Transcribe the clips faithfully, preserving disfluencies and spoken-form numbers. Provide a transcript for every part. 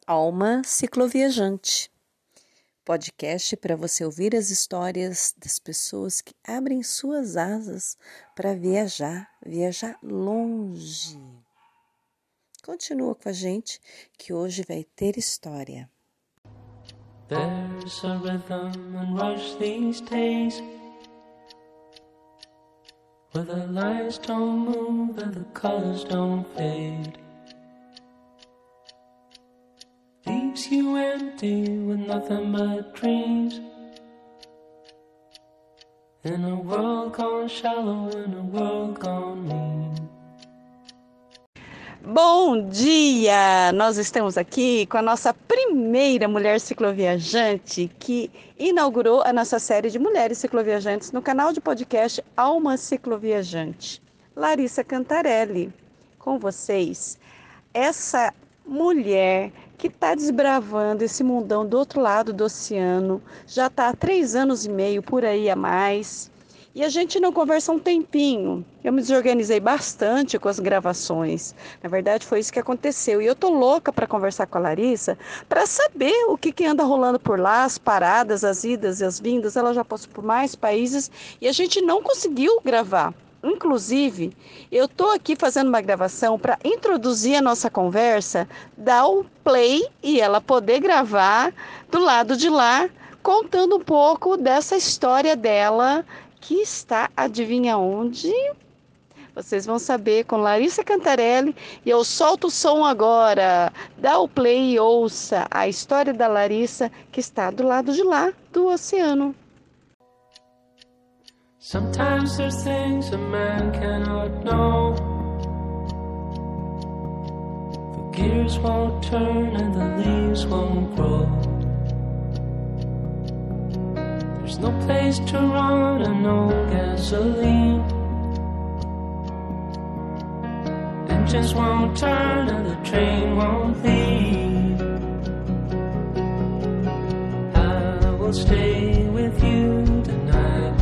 Alma Cicloviajante, podcast para você ouvir as histórias das pessoas que abrem suas asas para viajar, viajar longe. Continua com a gente que hoje vai ter história. There's a rhythm and rush these days where the lights don't move and the colors don't fade. Leaves you empty with nothing but dreams. In a world gone shallow, in a world gone mean. Bom dia! Nós estamos aqui com a nossa primeira mulher cicloviajante que inaugurou a nossa série de mulheres cicloviajantes no canal de podcast Alma Cicloviajante. Larissa Cantarelli, com vocês, essa mulher que está desbravando esse mundão do outro lado do oceano, já está há três anos e meio, por aí a mais. E a gente não conversa um tempinho. Eu me desorganizei bastante com as gravações. Na verdade, foi isso que aconteceu. E eu tô louca para conversar com a Larissa, para saber o que, que anda rolando por lá, as paradas, as idas e as vindas. Ela já passou por mais países e a gente não conseguiu gravar. Inclusive, eu tô aqui fazendo uma gravação para introduzir a nossa conversa, dar o play e ela poder gravar do lado de lá, contando um pouco dessa história dela, que está, adivinha onde? Vocês vão saber com Larissa Cantarelli. E eu solto o som agora. Dá o play e ouça a história da Larissa, que está do lado de lá do oceano. Sometimes there's things a man cannot know. The gears won't turn and the leaves won't grow. There's no place to run and no gasoline. Engines won't turn and the train won't leave. I will stay with you tonight.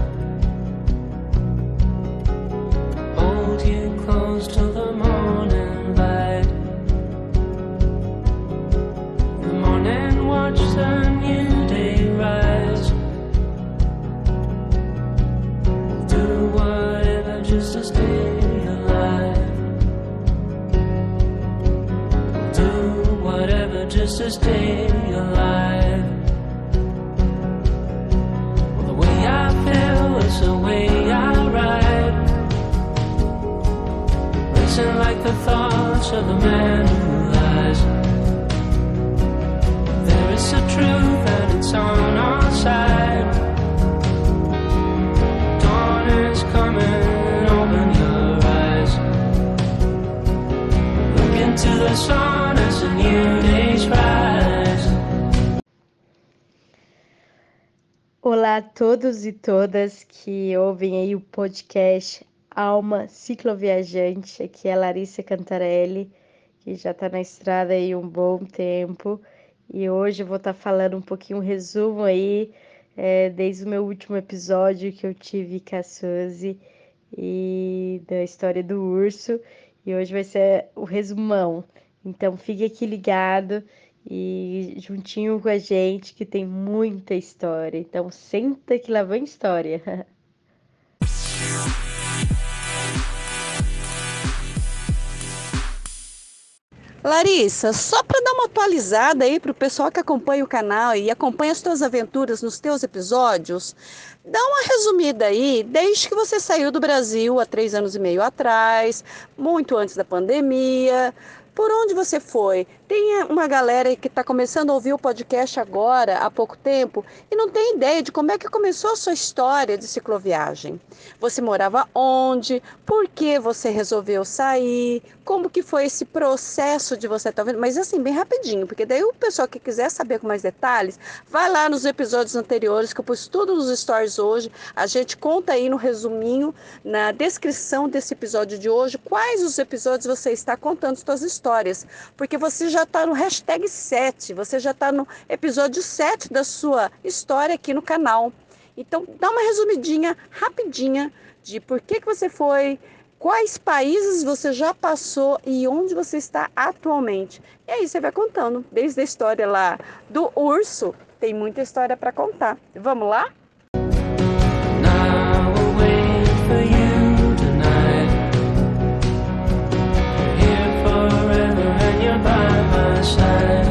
Hold you close till the morning light. The morning watch the new day rise. Just to stay alive. Do whatever just to stay alive. Well, the way I feel is the way I ride. Racing like the thoughts of a man who lies. There is a truth and it's on our side. Dawn is coming. To the sun as the new days rise. Olá a todos e todas que ouvem aí o podcast Alma Cicloviajante. Aqui é a Larissa Cantarelli, que já está na estrada aí um bom tempo. E hoje eu vou estar tá falando um pouquinho, um resumo aí, é, desde o meu último episódio que eu tive com a Suzy e da história do urso. E hoje vai ser o resumão. Então fique aqui ligado e juntinho com a gente que tem muita história. Então senta que lá vem história. Larissa, só para dar uma atualizada aí para o pessoal que acompanha o canal e acompanha as tuas aventuras nos teus episódios, dá uma resumida aí, desde que você saiu do Brasil há três anos e meio atrás, muito antes da pandemia, por onde você foi? Tem uma galera que está começando a ouvir o podcast agora, há pouco tempo, e não tem ideia de como é que começou a sua história de cicloviagem. Você morava onde? Por que você resolveu sair? Como que foi esse processo de você estar vendo? Mas assim, bem rapidinho, porque daí o pessoal que quiser saber com mais detalhes, vai lá nos episódios anteriores, que eu pus tudo nos stories hoje. A gente conta aí no resuminho, na descrição desse episódio de hoje, quais os episódios você está contando suas histórias. Porque você já está no hashtag sete, você já está no episódio sete da sua história aqui no canal. Então, dá uma resumidinha, rapidinha, de por que, que você foi, quais países você já passou e onde você está atualmente. E aí você vai contando, desde a história lá do urso, tem muita história para contar. Vamos lá? Now we'll wait for you tonight. Here forever and you're by my side.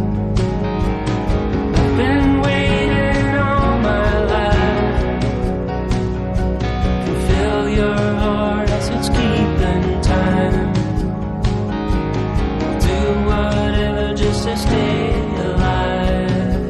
I've been waiting all my life to fill your heart as it's keeping time. I'll do whatever just to stay alive.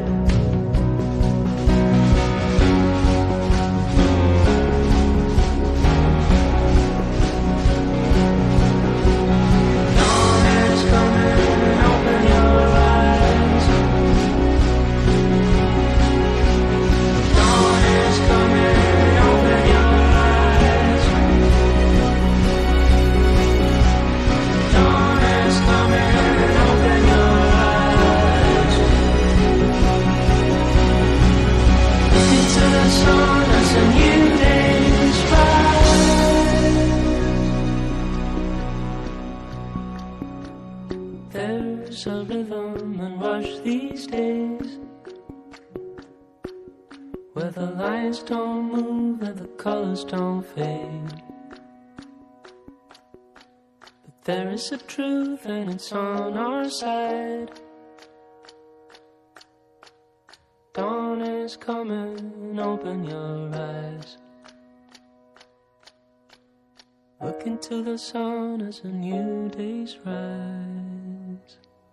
There's a rhythm and rush these days where the lines don't move and the colors don't fade. But there is a truth and it's on our side. Dawn is coming, open your eyes. Look into the sun as a new day's rise.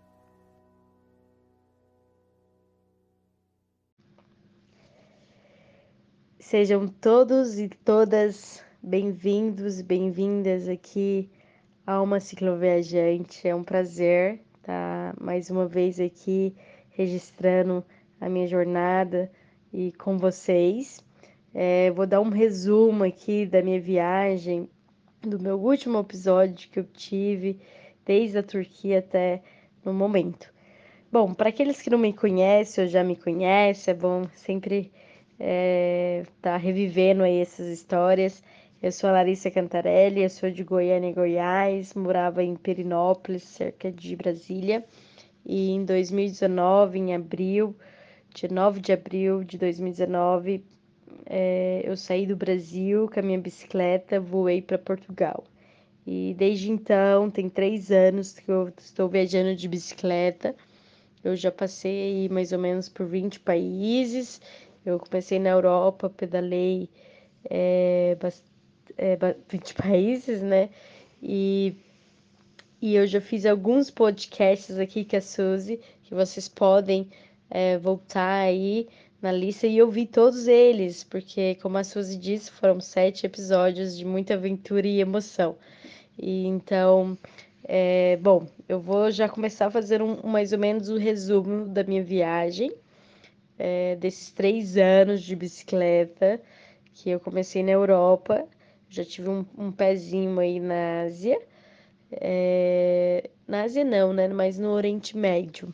Sejam todos e todas bem-vindos e bem-vindas aqui a uma cicloviajante. É um prazer estar mais uma vez aqui registrando a minha jornada e com vocês. É, vou dar um resumo aqui da minha viagem, do meu último episódio que eu tive desde a Turquia até no momento. Bom, para aqueles que não me conhecem ou já me conhecem, é bom sempre é, tá revivendo aí essas histórias. Eu sou a Larissa Cantarelli, eu sou de Goiânia, Goiás, morava em Perinópolis, cerca de Brasília, e em dois mil e dezenove, em abril, dia nove de abril de dois mil e dezenove, é, eu saí do Brasil com a minha bicicleta, voei para Portugal. E desde então, tem três anos que eu estou viajando de bicicleta. Eu já passei aí mais ou menos por vinte países. Eu comecei na Europa, pedalei é, é, vinte países, né? E, e eu já fiz alguns podcasts aqui com a Suzy, que vocês podem é, voltar aí na lista e ouvir todos eles, porque, como a Suzy disse, foram sete episódios de muita aventura e emoção. E então, é, bom, eu vou já começar a fazer um, mais ou menos o resumo da minha viagem, é, desses três anos de bicicleta, que eu comecei na Europa, já tive um, um pezinho aí na Ásia, é, na Ásia não, né, mas no Oriente Médio.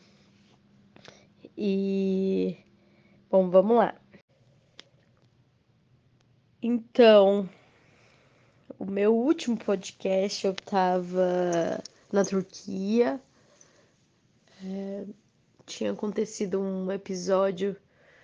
E, bom, vamos lá. Então, o meu último podcast eu tava na Turquia. É, tinha acontecido um episódio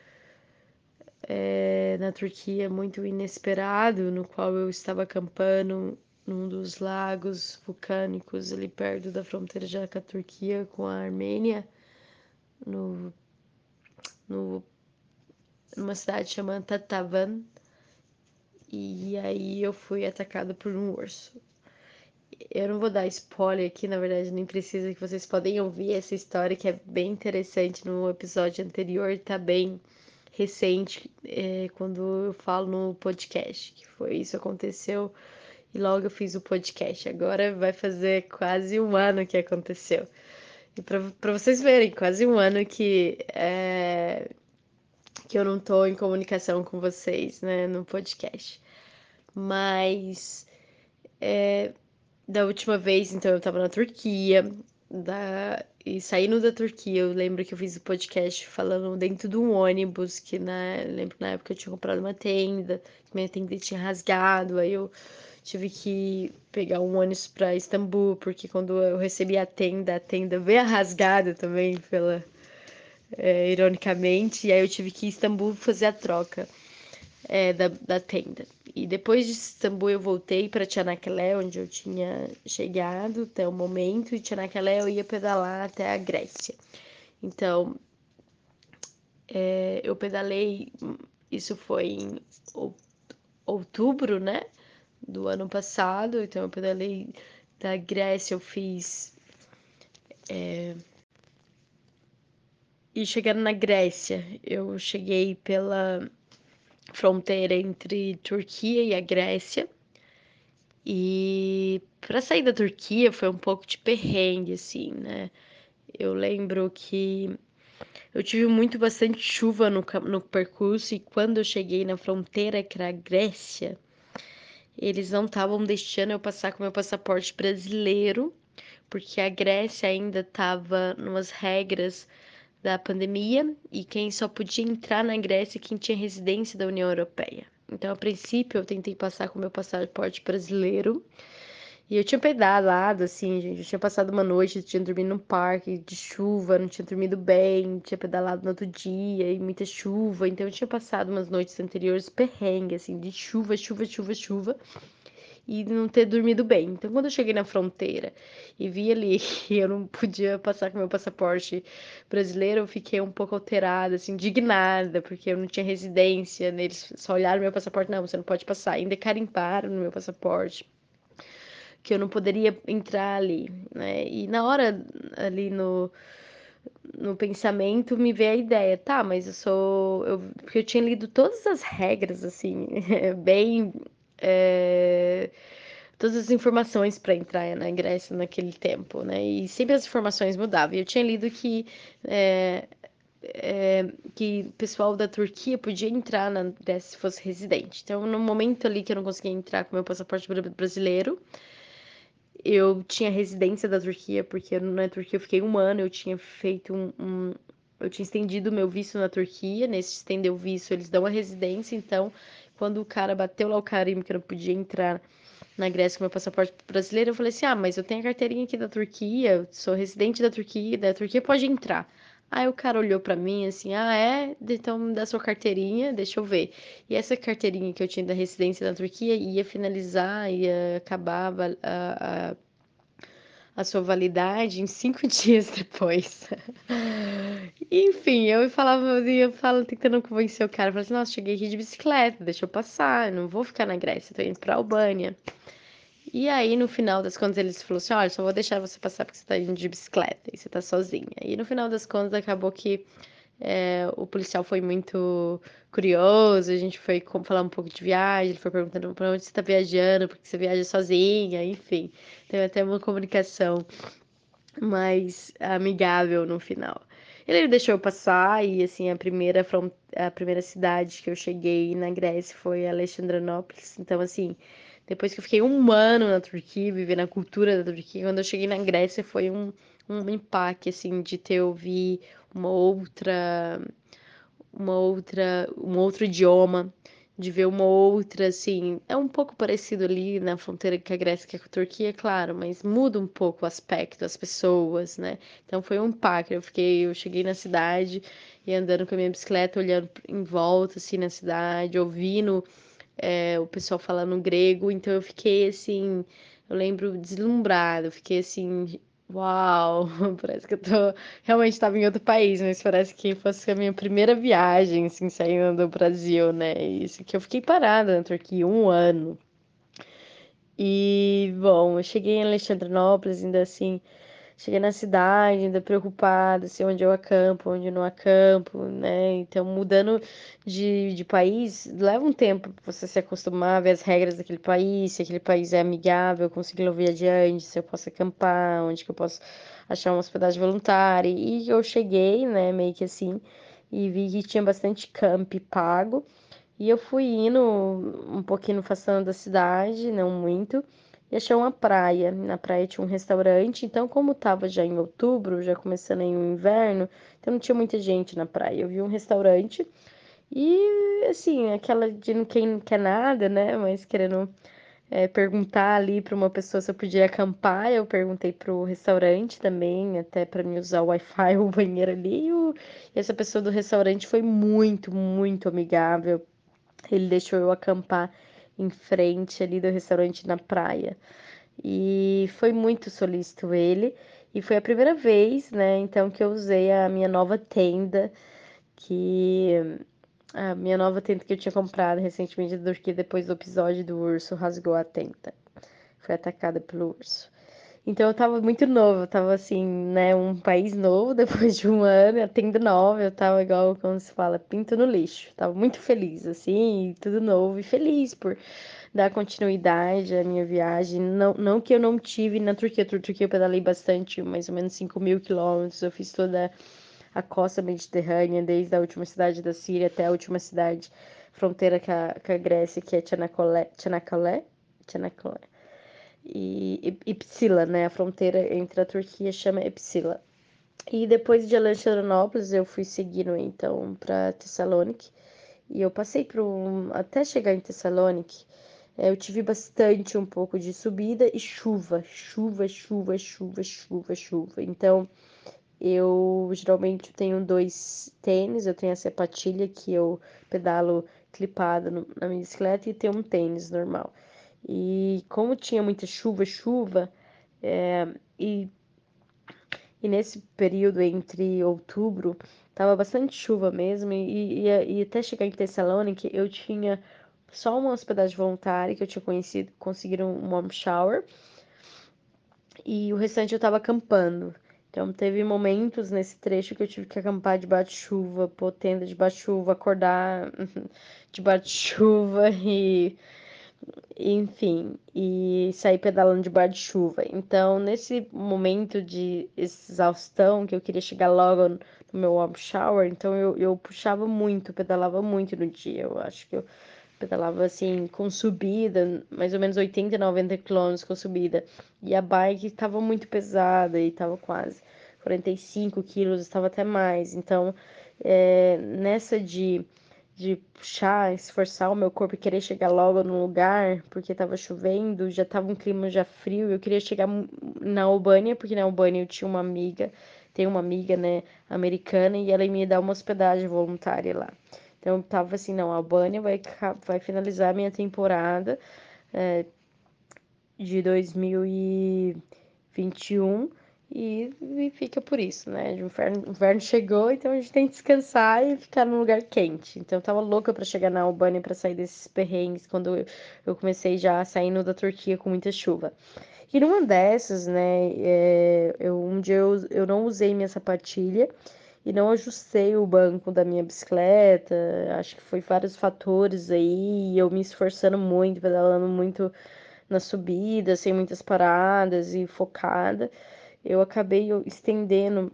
é, na Turquia muito inesperado, no qual eu estava acampando num dos lagos vulcânicos ali perto da fronteira já com a Turquia, com a Armênia, no, no, numa cidade chamada Tatavan. E aí eu fui atacada por um urso. Eu não vou dar spoiler aqui, na verdade nem precisa, que vocês podem ouvir essa história que é bem interessante no episódio anterior, tá bem recente, é, quando eu falo no podcast, que foi isso, aconteceu e logo eu fiz o podcast. Agora vai fazer quase um ano que aconteceu. E para vocês verem, quase um ano que, é, que eu não tô em comunicação com vocês, né, no podcast. Mas é, da última vez, então, eu tava na Turquia, da... e saindo da Turquia, eu lembro que eu fiz o podcast falando dentro de um ônibus, que na... eu lembro que na época eu tinha comprado uma tenda, minha tenda tinha rasgado, aí eu tive que pegar um ônibus para Istambul, porque quando eu recebi a tenda, a tenda veio rasgada também, pela, é, ironicamente, e aí eu tive que ir em Istambul fazer a troca é, da, da tenda. E depois de Istambul eu voltei para Çanakkale, onde eu tinha chegado até o momento, e Çanakkale eu ia pedalar até a Grécia. Então, é, eu pedalei, isso foi em outubro, né, do ano passado, então eu pedalei da Grécia, eu fiz... É, e chegando na Grécia, eu cheguei pela fronteira entre Turquia e a Grécia, e para sair da Turquia foi um pouco de perrengue, assim, né? Eu lembro que eu tive muito bastante chuva no, no percurso, e quando eu cheguei na fronteira, que era a Grécia, eles não estavam deixando eu passar com meu passaporte brasileiro, porque a Grécia ainda estava numas regras da pandemia e quem só podia entrar na Grécia é quem tinha residência da União Europeia. Então, a princípio, eu tentei passar com meu passaporte brasileiro. E eu tinha pedalado, assim, gente. Eu tinha passado uma noite, tinha dormido num parque de chuva, não tinha dormido bem, tinha pedalado no outro dia e muita chuva. Então, eu tinha passado umas noites anteriores perrengue, assim, de chuva, chuva, chuva, chuva. E não ter dormido bem. Então, quando eu cheguei na fronteira e vi ali que eu não podia passar com meu passaporte brasileiro, eu fiquei um pouco alterada, assim, indignada, porque eu não tinha residência. Né? Eles só olharam meu passaporte, não, você não pode passar. Ainda carimbaram no meu passaporte que eu não poderia entrar ali, né? E na hora ali no no pensamento me veio a ideia, tá, mas eu sou. Eu, porque eu tinha lido todas as regras, assim, bem. É, todas as informações para entrar na Grécia naquele tempo, né? E sempre as informações mudavam. E eu tinha lido que. É, é, que o pessoal da Turquia podia entrar na Grécia se fosse residente. Então, no momento ali que eu não conseguia entrar com meu passaporte brasileiro, eu tinha residência da Turquia, porque na Turquia eu fiquei um ano, eu tinha feito um, um eu tinha estendido o meu visto na Turquia, nesse estender o visto eles dão a residência, então quando o cara bateu lá o carimbo que eu não podia entrar na Grécia com meu passaporte brasileiro, eu falei assim, ah, mas eu tenho a carteirinha aqui da Turquia, eu sou residente da Turquia, da Turquia pode entrar. Aí o cara olhou pra mim assim, ah, é? Então me dá sua carteirinha, deixa eu ver. E essa carteirinha que eu tinha da residência na Turquia ia finalizar, ia acabar a, a, a sua validade em cinco dias depois. Enfim, eu falava, eu falo tentando convencer o cara, eu falei assim, nossa, cheguei aqui de bicicleta, deixa eu passar, eu não vou ficar na Grécia, tô indo pra Albânia. E aí, no final das contas, eles falaram assim, olha, só vou deixar você passar porque você tá indo de bicicleta e você tá sozinha. E no final das contas, acabou que é, o policial foi muito curioso, a gente foi falar um pouco de viagem, ele foi perguntando pra onde você tá viajando, porque você viaja sozinha, enfim. Teve até uma comunicação mais amigável no final. Ele deixou eu passar e, assim, a primeira, fron- a primeira cidade que eu cheguei na Grécia foi Alexandrinópolis. Então, assim, depois que eu fiquei um ano na Turquia, vivendo a cultura da Turquia, quando eu cheguei na Grécia foi um, um impacto, assim, de ter ouvido uma outra, uma outra, um outro idioma, de ver uma outra, assim, é um pouco parecido ali na fronteira com a Grécia, que é com a Turquia, claro, mas muda um pouco o aspecto, as pessoas, né? Então foi um impacto. Eu fiquei, eu cheguei na cidade e andando com a minha bicicleta, olhando em volta, assim, na cidade, ouvindo é, o pessoal falando grego, então eu fiquei assim, eu lembro deslumbrada, eu fiquei assim, uau, parece que eu tô, realmente estava em outro país, mas parece que fosse a minha primeira viagem, assim, saindo do Brasil, né, isso que eu fiquei parada na Turquia um ano, e, bom, eu cheguei em Alexandrinópolis, ainda assim, cheguei na cidade, ainda preocupada, assim, onde eu acampo, onde eu não acampo, né? Então, mudando de, de país, leva um tempo pra você se acostumar a ver as regras daquele país, se aquele país é amigável com o cicloviajante, se eu posso acampar, onde que eu posso achar uma hospedagem voluntária. E eu cheguei, né, meio que assim, e vi que tinha bastante camp pago. E eu fui indo um pouquinho afastando da cidade, não muito, e achei uma praia. Na praia tinha um restaurante, então, como tava já em outubro, já começando aí o inverno, então não tinha muita gente na praia. Eu vi um restaurante e, assim, aquela de quem não quer nada, né? Mas querendo é, perguntar ali para uma pessoa se eu podia acampar. Eu perguntei pro restaurante também, até para mim usar o Wi-Fi, o banheiro ali. E, o- e essa pessoa do restaurante foi muito, muito amigável. Ele deixou eu acampar em frente ali do restaurante na praia. E foi muito solícito ele. E foi a primeira vez, né, então, que eu usei a minha nova tenda, que a minha nova tenda que eu tinha comprado recentemente da Turquia depois do episódio do urso rasgou a tenda. Foi atacada pelo urso. Então eu tava muito nova, eu tava assim, né, um país novo depois de um ano, a tenda nova, eu tava igual, como se fala, pinto no lixo. Tava muito feliz, assim, tudo novo e feliz por dar continuidade à minha viagem. Não, não que eu não tive na Turquia, na Turquia eu pedalei bastante, mais ou menos cinco mil quilômetros, eu fiz toda a costa mediterrânea, desde a última cidade da Síria até a última cidade fronteira com a, com a Grécia, que é Çanakkale, Çanakkale, Çanakkale e Ipsila, né? A fronteira entre a Turquia chama Ipsila. E depois de Alexandronópolis, eu fui seguindo então para Tessalonique. E eu passei por um, até chegar em Tessalonique, eu tive bastante um pouco de subida e chuva, chuva, chuva, chuva, chuva, chuva. Então, eu geralmente tenho dois tênis, eu tenho a sapatilha que eu pedalo clipada no- na minha bicicleta e tenho um tênis normal. E como tinha muita chuva, chuva, é, e, e nesse período entre outubro, tava bastante chuva mesmo, e, e, e até chegar em Tessalônica, eu tinha só uma hospedagem voluntária que eu tinha conhecido, conseguido um warm shower, e o restante eu tava acampando. Então teve momentos nesse trecho que eu tive que acampar debaixo de chuva, pôr tenda debaixo de chuva, acordar debaixo de chuva e enfim, e sair pedalando debaixo de chuva. Então, nesse momento de exaustão, que eu queria chegar logo no meu warm shower, então eu, eu puxava muito, pedalava muito no dia. Eu acho que eu pedalava assim, com subida, mais ou menos oitenta, noventa quilômetros com subida. E a bike estava muito pesada e estava quase quarenta e cinco quilos, estava até mais. Então, é, nessa de de puxar, esforçar o meu corpo e querer chegar logo no lugar, porque tava chovendo, já tava um clima já frio, eu queria chegar na Albânia, porque na Albânia eu tinha uma amiga, tenho uma amiga, né, americana, e ela ia me dar uma hospedagem voluntária lá. Então eu tava assim, não, a Albânia vai, vai finalizar a minha temporada é, de dois mil e vinte e um e, e fica por isso, né? O inverno, o inverno chegou, então a gente tem que descansar e ficar num lugar quente. Então eu tava louca pra chegar na Albânia pra sair desses perrengues quando eu, eu comecei já saindo da Turquia com muita chuva. E numa dessas, né, é, eu, um dia eu, eu não usei minha sapatilha e não ajustei o banco da minha bicicleta. Acho que foi vários fatores aí, e eu me esforçando muito, pedalando muito na subida, sem muitas paradas e focada. Eu acabei estendendo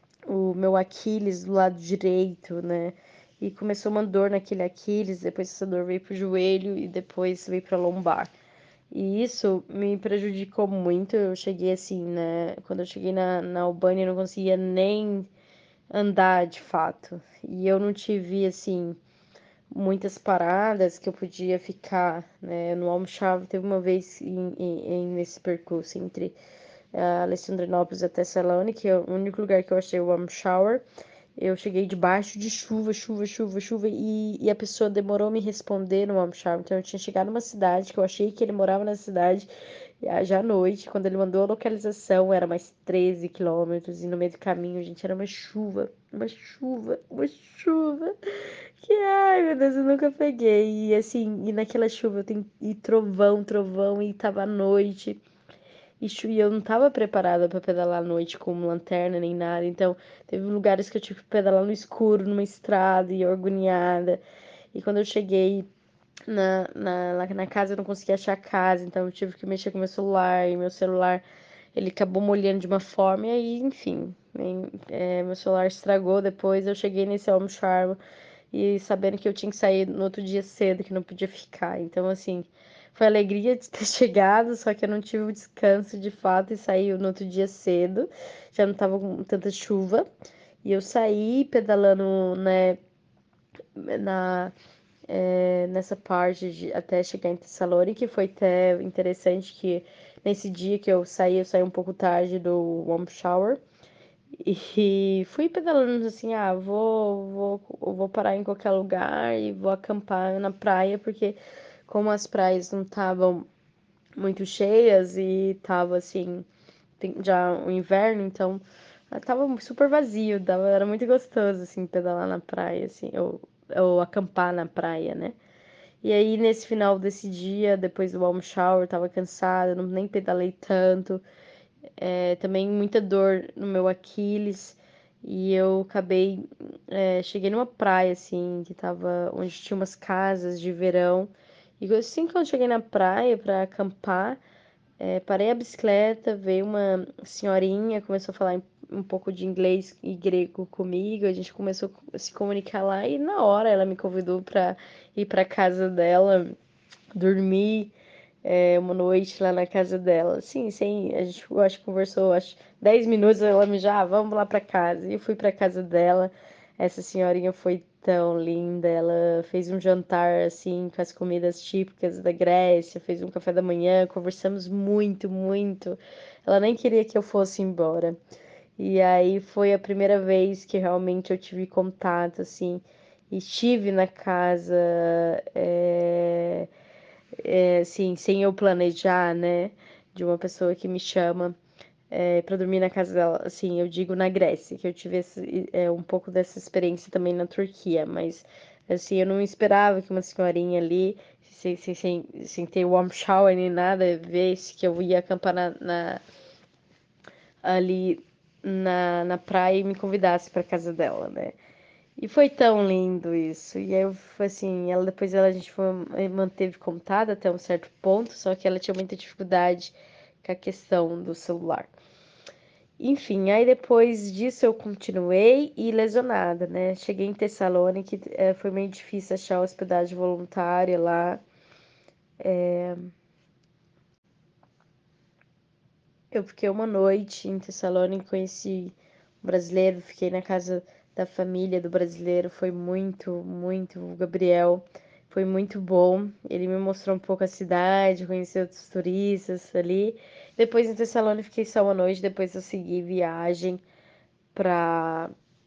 o meu Aquiles do lado direito, né? E começou uma dor naquele Aquiles, depois essa dor veio pro joelho e depois veio pra lombar. E isso me prejudicou muito. Eu cheguei assim, né? Quando eu cheguei na, na Albânia, eu não conseguia nem andar de fato. E eu não tive, assim, muitas paradas que eu podia ficar, né? No Almocrave teve uma vez em, em, em nesse percurso entre uh, Alessandrinópolis até Tessalônica, que é o único lugar que eu achei o warm shower. Eu cheguei debaixo de chuva, chuva, chuva, chuva, e, e a pessoa demorou a me responder no warm shower. Então eu tinha chegado numa cidade que eu achei que ele morava na cidade já à noite. Quando ele mandou a localização, era mais treze quilômetros, e no meio do caminho, gente, era uma chuva, uma chuva, uma chuva. Que, ai, meu Deus, eu nunca peguei. E assim, e naquela chuva eu tenho e trovão, trovão, e tava à noite. E, chu- e eu não tava preparada pra pedalar à noite com lanterna nem nada. Então, teve lugares que eu tive que pedalar no escuro, numa estrada, e agoniada. E quando eu cheguei na, na, lá na casa, eu não conseguia achar a casa. Então, eu tive que mexer com meu celular. E meu celular, ele acabou molhando de uma forma. E aí, enfim, em- é, meu celular estragou depois. Eu cheguei nesse Home Charm e sabendo que eu tinha que sair no outro dia cedo, que não podia ficar. Então, assim, foi a alegria de ter chegado, só que eu não tive o descanso de fato e saí no outro dia cedo, já não tava com tanta chuva. E eu saí pedalando, né, na, é, nessa parte de até chegar em Tessalônica, que foi até interessante que nesse dia que eu saí, eu saí um pouco tarde do warm shower e fui pedalando assim, ah, vou, vou, eu vou parar em qualquer lugar e vou acampar na praia, porque como as praias não estavam muito cheias e tava assim, tem- já o inverno, então ah, tava super vazio, tava, era muito gostoso assim pedalar na praia, assim, ou, ou acampar na praia, né? E aí nesse final desse dia, depois do warm shower, eu tava cansada, não nem pedalei tanto, é, também muita dor no meu Aquiles. E eu acabei, é, cheguei numa praia, assim, que tava, onde tinha umas casas de verão. E assim que eu cheguei na praia para acampar, é, parei a bicicleta, veio uma senhorinha, começou a falar em- um pouco de inglês e grego comigo. A gente começou a se comunicar lá e na hora ela me convidou para ir para casa dela, dormir é, uma noite lá na casa dela. Sim, sim, a gente, eu acho que conversou, acho, dez minutos, ela me já, ah, vamos lá pra casa. E eu fui pra casa dela. Essa senhorinha foi tão linda. Ela fez um jantar, assim, com as comidas típicas da Grécia, fez um café da manhã, conversamos muito, muito. Ela nem queria que eu fosse embora. E aí foi a primeira vez que realmente eu tive contato, assim, e estive na casa, é, é, assim, sem eu planejar, né, de uma pessoa que me chama é, para dormir na casa dela. Assim, eu digo na Grécia, que eu tive esse, é, um pouco dessa experiência também na Turquia, mas assim, eu não esperava que uma senhorinha ali, sem, sem, sem, sem ter warm shower nem nada, visse que eu ia acampar na, na- ali na, na praia e me convidasse para casa dela, né? E foi tão lindo isso. E aí eu foi assim, ela depois ela, a gente foi, eh, manteve contato até um certo ponto, só que ela tinha muita dificuldade com a questão do celular. Enfim, aí depois disso eu continuei e lesionada, né? Cheguei em Tessalônica, eh, foi meio difícil achar hospedagem voluntária lá. Eu fiquei uma noite em Tessalônica, conheci um brasileiro, fiquei na casa da família do brasileiro, foi muito, muito, o Gabriel, foi muito bom. Ele me mostrou um pouco a cidade, conheci outros turistas ali. Depois em Tessalônica fiquei só uma noite, depois eu segui viagem para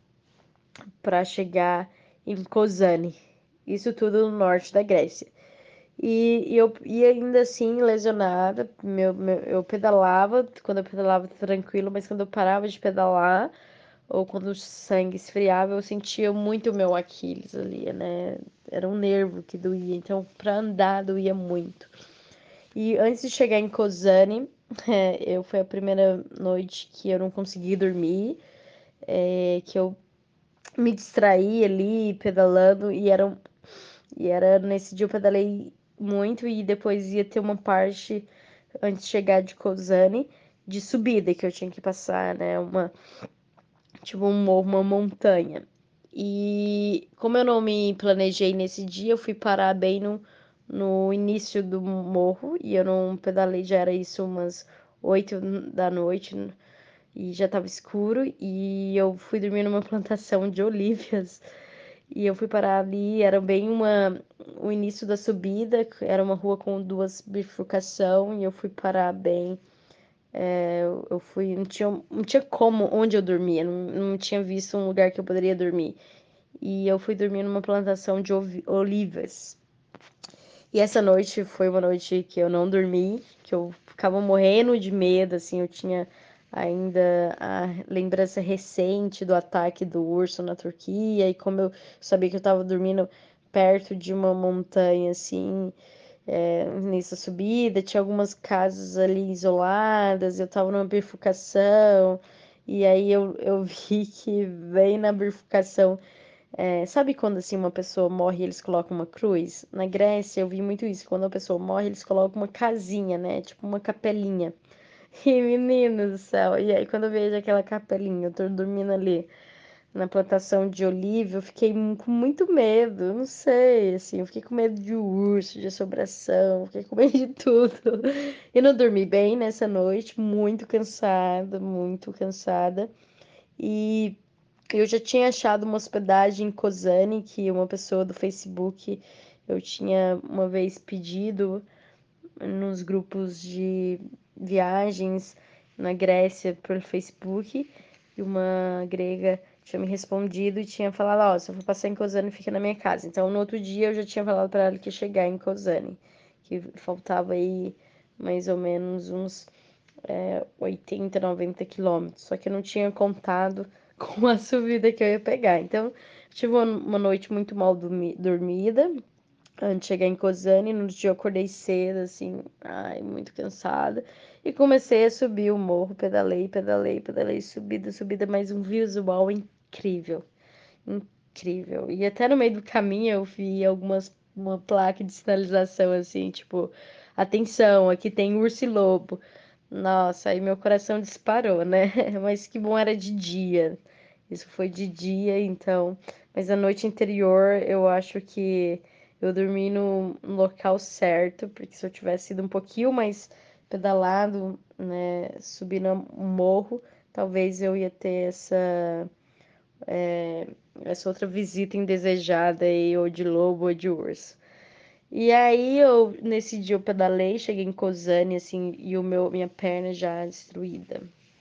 para chegar em Kozani. Isso tudo no norte da Grécia. E, e eu e ainda assim, lesionada, meu, meu- eu pedalava, quando eu pedalava tranquilo, mas quando eu parava de pedalar, ou quando o sangue esfriava, eu sentia muito o meu Aquiles ali, né? Era um nervo que doía, então para andar doía muito. E antes de chegar em Kozani, é, eu foi a primeira noite que eu não consegui dormir, é, que eu me distraí ali pedalando e era um e era nesse dia eu pedalei muito e depois ia ter uma parte antes de chegar de Kozani de subida que eu tinha que passar, né? Uma tipo um morro, uma montanha. E como eu não me planejei nesse dia, eu fui parar bem no, no início do morro e eu não pedalei, já era isso umas oito da noite e já tava escuro e eu fui dormir numa plantação de olívias e eu fui parar ali, era bem uma o início da subida, era uma rua com duas bifurcação e eu fui parar bem. É, eu eu fui, não tinha, não tinha como onde eu dormia, não, não tinha visto um lugar que eu poderia dormir. E eu fui dormir numa plantação de ovi- olivas. E essa noite foi uma noite que eu não dormi, que eu ficava morrendo de medo, assim, eu tinha ainda a lembrança recente do ataque do urso na Turquia, e como eu sabia que eu estava dormindo perto de uma montanha, assim, é, nessa subida, tinha algumas casas ali isoladas, eu estava numa bifurcação, e aí eu, eu vi que bem na bifurcação é, sabe quando assim uma pessoa morre e eles colocam uma cruz? Na Grécia eu vi muito isso. Quando uma pessoa morre, eles colocam uma casinha, né? Tipo uma capelinha. E menino do céu, e aí quando eu vejo aquela capelinha, eu tô dormindo ali na plantação de oliva, eu fiquei mu- com muito medo, eu não sei, assim, eu fiquei com medo de urso, de assombração, fiquei com medo de tudo. E não dormi bem nessa noite, muito cansada, muito cansada. E eu já tinha achado uma hospedagem em Kozani, que uma pessoa do Facebook Eu tinha uma vez pedido nos grupos de viagens na Grécia pelo Facebook e uma grega tinha me respondido e tinha falado, ó, se eu for passar em Kozani, fica na minha casa. Então, no outro dia eu já tinha falado para ela que ia chegar em Kozani, que faltava aí mais ou menos uns é, oitenta, noventa quilômetros. Só que eu não tinha contado com a subida que eu ia pegar. Então, tive uma, uma noite muito mal dormi dormida antes de chegar em Kozani. No dia eu acordei cedo, assim, ai, muito cansada. E comecei a subir o morro, pedalei, pedalei, pedalei, subida, subida, mas um visual incrível, incrível. E até no meio do caminho eu vi algumas, uma placa de sinalização, assim, tipo, atenção, aqui tem urso e lobo. Nossa, aí meu coração disparou, né? Mas que bom era de dia. Isso foi de dia, então. Mas a noite anterior eu acho que eu dormi no local certo, porque se eu tivesse ido um pouquinho mais pedalado, né, subindo um morro, talvez eu ia ter essa, é, essa outra visita indesejada aí, ou de lobo ou de urso. E aí eu nesse dia eu pedalei, cheguei em Kozani assim, e o meu minha perna já destruída.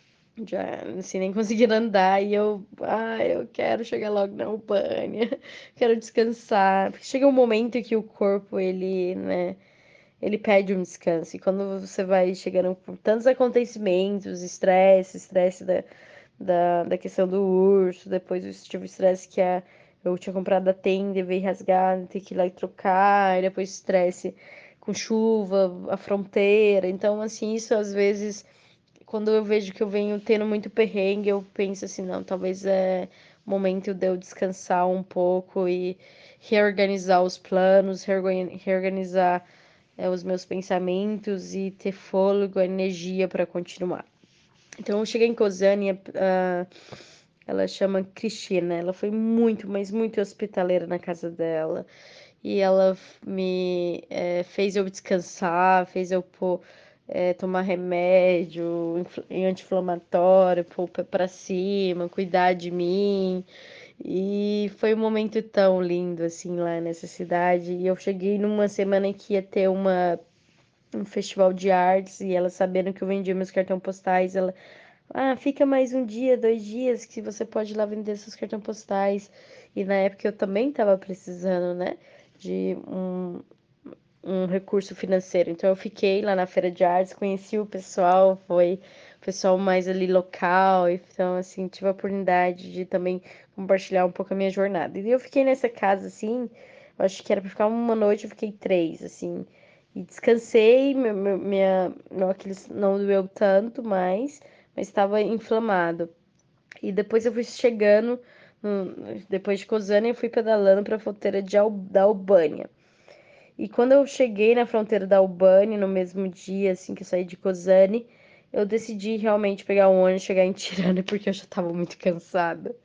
Já assim nem conseguindo andar e eu, ah, eu quero chegar logo na Albânia. Quero descansar. Porque chega um momento que o corpo ele, né, ele pede um descanso. E quando você vai chegando por tantos acontecimentos, estresse, estresse da, da, da questão do urso, depois eu tive o estresse que a, eu tinha comprado a tenda e veio rasgar, ter que ir lá e trocar, e depois estresse com chuva, a fronteira. Então, assim, isso às vezes, quando eu vejo que eu venho tendo muito perrengue, eu penso assim, não, talvez é momento de eu descansar um pouco e reorganizar os planos, reorganizar é, os meus pensamentos e ter fôlego, energia para continuar. Então eu cheguei em Kozani, a, ela chama Cristina, ela foi muito, mas muito hospitaleira na casa dela. E ela me é, fez eu descansar, fez eu pô, é, tomar remédio anti-inflamatório, pôr o pé pra cima, cuidar de mim. E foi um momento tão lindo, assim, lá nessa cidade. E eu cheguei numa semana em que ia ter uma, um festival de artes, e ela sabendo que eu vendia meus cartões postais, ela ah, fica mais um dia, dois dias que você pode ir lá vender seus cartões postais. E na época eu também estava precisando, né, de um, um recurso financeiro. Então eu fiquei lá na feira de artes, conheci o pessoal, foi o pessoal mais ali local. Então, assim, tive a oportunidade de também compartilhar um pouco a minha jornada. E eu fiquei nessa casa, assim, eu acho que era para ficar uma noite, eu fiquei três, assim. E descansei, meu, meu, minha, meu Aquiles não doeu tanto mais, mas estava inflamado. E depois eu fui chegando, depois de Kozani, eu fui pedalando para a fronteira de Al, da Albânia. E quando eu cheguei na fronteira da Albânia, no mesmo dia, assim, que eu saí de Kozani, eu decidi realmente pegar um ônibus e chegar em Tirana, porque eu já estava muito cansada.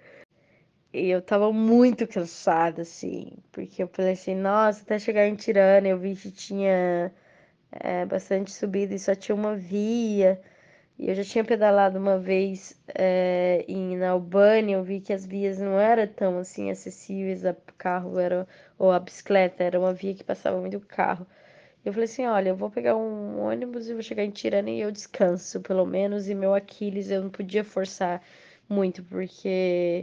E eu tava muito cansada, assim, porque eu falei assim, nossa, até chegar em Tirana, eu vi que tinha é, bastante subida e só tinha uma via. E eu já tinha pedalado uma vez é, em, na Albânia, eu vi que as vias não eram tão assim acessíveis a carro era, ou a bicicleta, era uma via que passava muito carro. Eu falei assim, olha, eu vou pegar um ônibus e vou chegar em Tirana e eu descanso, pelo menos, e meu Aquiles eu não podia forçar muito, porque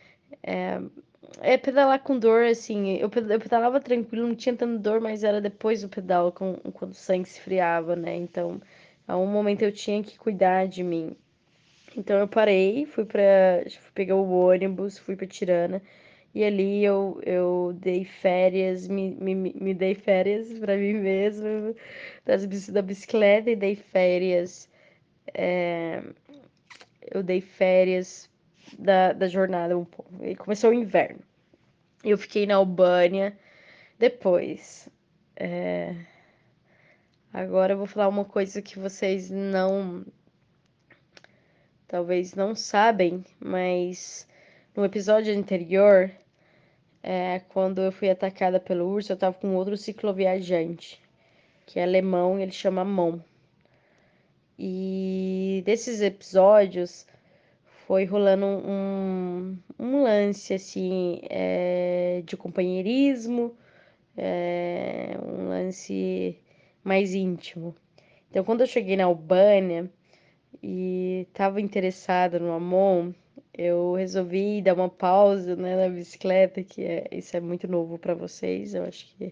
é pedalar com dor, assim, eu ped- eu pedalava tranquilo, não tinha tanta dor, mas era depois do pedal, com, quando o sangue esfriava, né? Então, a um momento eu tinha que cuidar de mim. Então eu parei, fui pra. Fui pegar o ônibus, fui pra Tirana. E ali eu, eu dei férias, me, me, me dei férias pra mim mesma das, bici- da bicicleta e dei férias. é, eu dei férias da, da jornada um pouco. E começou o inverno. Eu fiquei na Albânia depois. é, Agora eu vou falar uma coisa que vocês não. Talvez não sabem, mas no episódio anterior. É, quando eu fui atacada pelo urso, eu tava com outro cicloviajante, que é alemão, e ele chama Mon. E desses episódios foi rolando um, um lance, assim, é, de companheirismo, é um lance mais íntimo. Então, quando eu cheguei na Albânia e estava interessada no Amon, eu resolvi dar uma pausa, né, na bicicleta, que é, isso é muito novo para vocês, eu acho que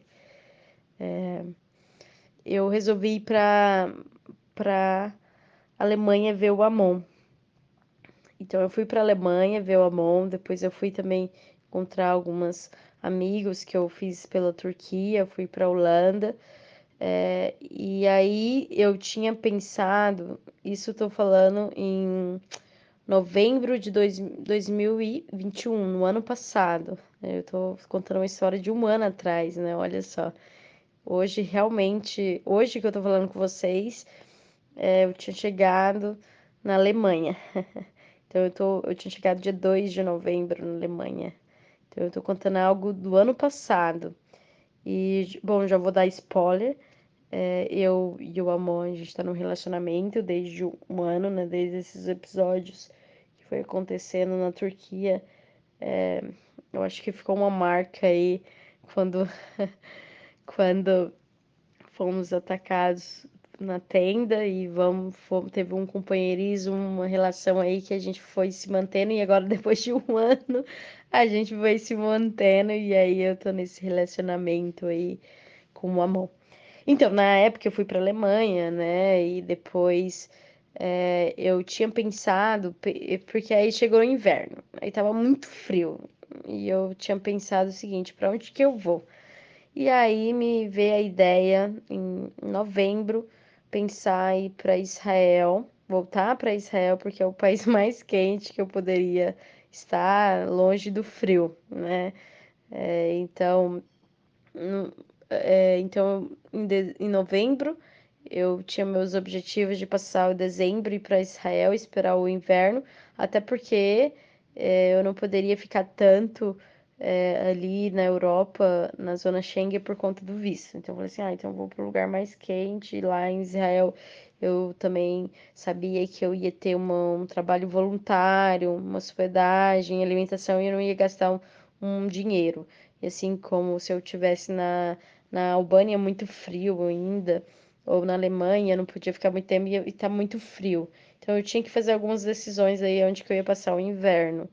eu resolvi ir para para Alemanha ver o Amon. Então eu fui para Alemanha ver o Amon, depois eu fui também encontrar algumas amigos que eu fiz pela Turquia, fui para Holanda. É, e aí eu tinha pensado, isso eu tô falando em novembro de dois, dois mil e vinte e um, no ano passado. Eu tô contando uma história de um ano atrás, né? Olha só. Hoje, realmente, hoje que eu tô falando com vocês, é, eu tinha chegado na Alemanha. Então, eu tô, eu tinha chegado dia dois de novembro na Alemanha. Então, eu tô contando algo do ano passado. E, bom, já vou dar spoiler. É, eu e o Amon, a gente tá num relacionamento desde um ano, né? Desde esses episódios que foi acontecendo na Turquia. É, eu acho que ficou uma marca aí quando, quando fomos atacados na tenda e vamos, fomos, teve um companheirismo, uma relação aí que a gente foi se mantendo e agora depois de um ano a gente foi se mantendo e aí eu tô nesse relacionamento aí com o Amon. Então, na época eu fui para Alemanha, né? E depois é, eu tinha pensado, pe- porque aí chegou o inverno, aí tava muito frio. E eu tinha pensado o seguinte, para onde que eu vou? E aí me veio a ideia em novembro pensar em ir para Israel, voltar para Israel, porque é o país mais quente que eu poderia estar longe do frio, né? É, então no- é, então, em, de- em novembro, eu tinha meus objetivos de passar o dezembro e ir para Israel, esperar o inverno, até porque é, eu não poderia ficar tanto é, ali na Europa, na zona Schengen, por conta do visto. Então, eu falei assim: ah, então eu vou para um lugar mais quente. Lá em Israel, eu também sabia que eu ia ter uma- um trabalho voluntário, uma hospedagem, alimentação, e eu não ia gastar um um dinheiro. E assim como se eu tivesse na, na Albânia muito frio ainda, ou na Alemanha, não podia ficar muito tempo e e tá muito frio. Então eu tinha que fazer algumas decisões aí onde que eu ia passar o inverno.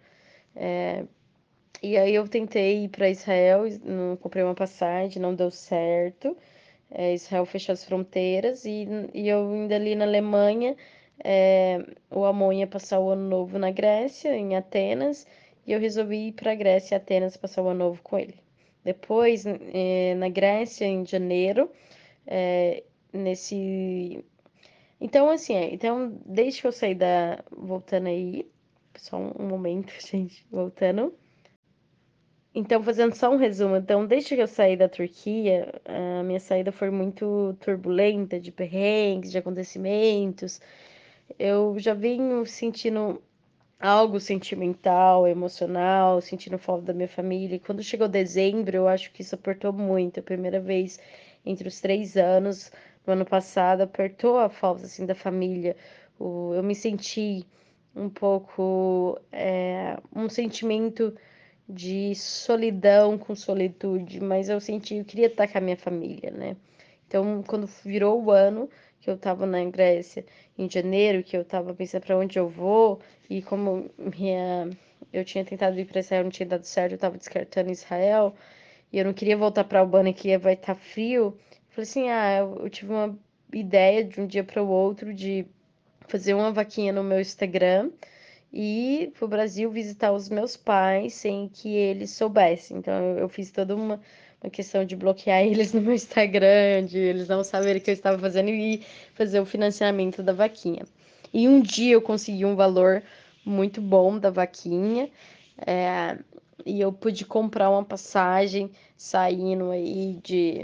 E aí eu tentei ir para Israel, não comprei uma passagem, não deu certo. É, Israel fechou as fronteiras e, e eu ainda ali na Alemanha, é, o Amon ia passar o ano novo na Grécia, em Atenas, e eu resolvi ir para a Grécia e Atenas passar o ano novo com ele. Depois, é, na Grécia, em janeiro, é, nesse. Então, assim, é, então, desde que eu saí da. Voltando aí, só um, um momento, gente, voltando. Então, fazendo só um resumo, então, desde que eu saí da Turquia, a minha saída foi muito turbulenta, de perrengues, de acontecimentos. Eu já venho sentindo algo sentimental, emocional, sentindo falta da minha família. E quando chegou dezembro, eu acho que isso apertou muito. A primeira vez entre os três anos, no ano passado, apertou a falta, assim, da família. O, eu me senti um pouco, é, um sentimento de solidão com solitude, mas eu senti, eu queria estar com a minha família, né? Então, quando virou o ano que eu tava na Grécia, em janeiro, que eu tava pensando para onde eu vou, e como minha, eu tinha tentado ir para Israel, não tinha dado certo, eu tava descartando Israel, e eu não queria voltar para Albânia, que vai estar frio. Eu falei assim, ah, eu, eu tive uma ideia de um dia para o outro de fazer uma vaquinha no meu Instagram e ir pro Brasil visitar os meus pais sem que eles soubessem. Então eu, eu fiz toda uma, uma questão de bloquear eles no meu Instagram, de eles não saberem o que eu estava fazendo e fazer o financiamento da vaquinha. E um dia eu consegui um valor muito bom da vaquinha, é, e eu pude comprar uma passagem saindo aí de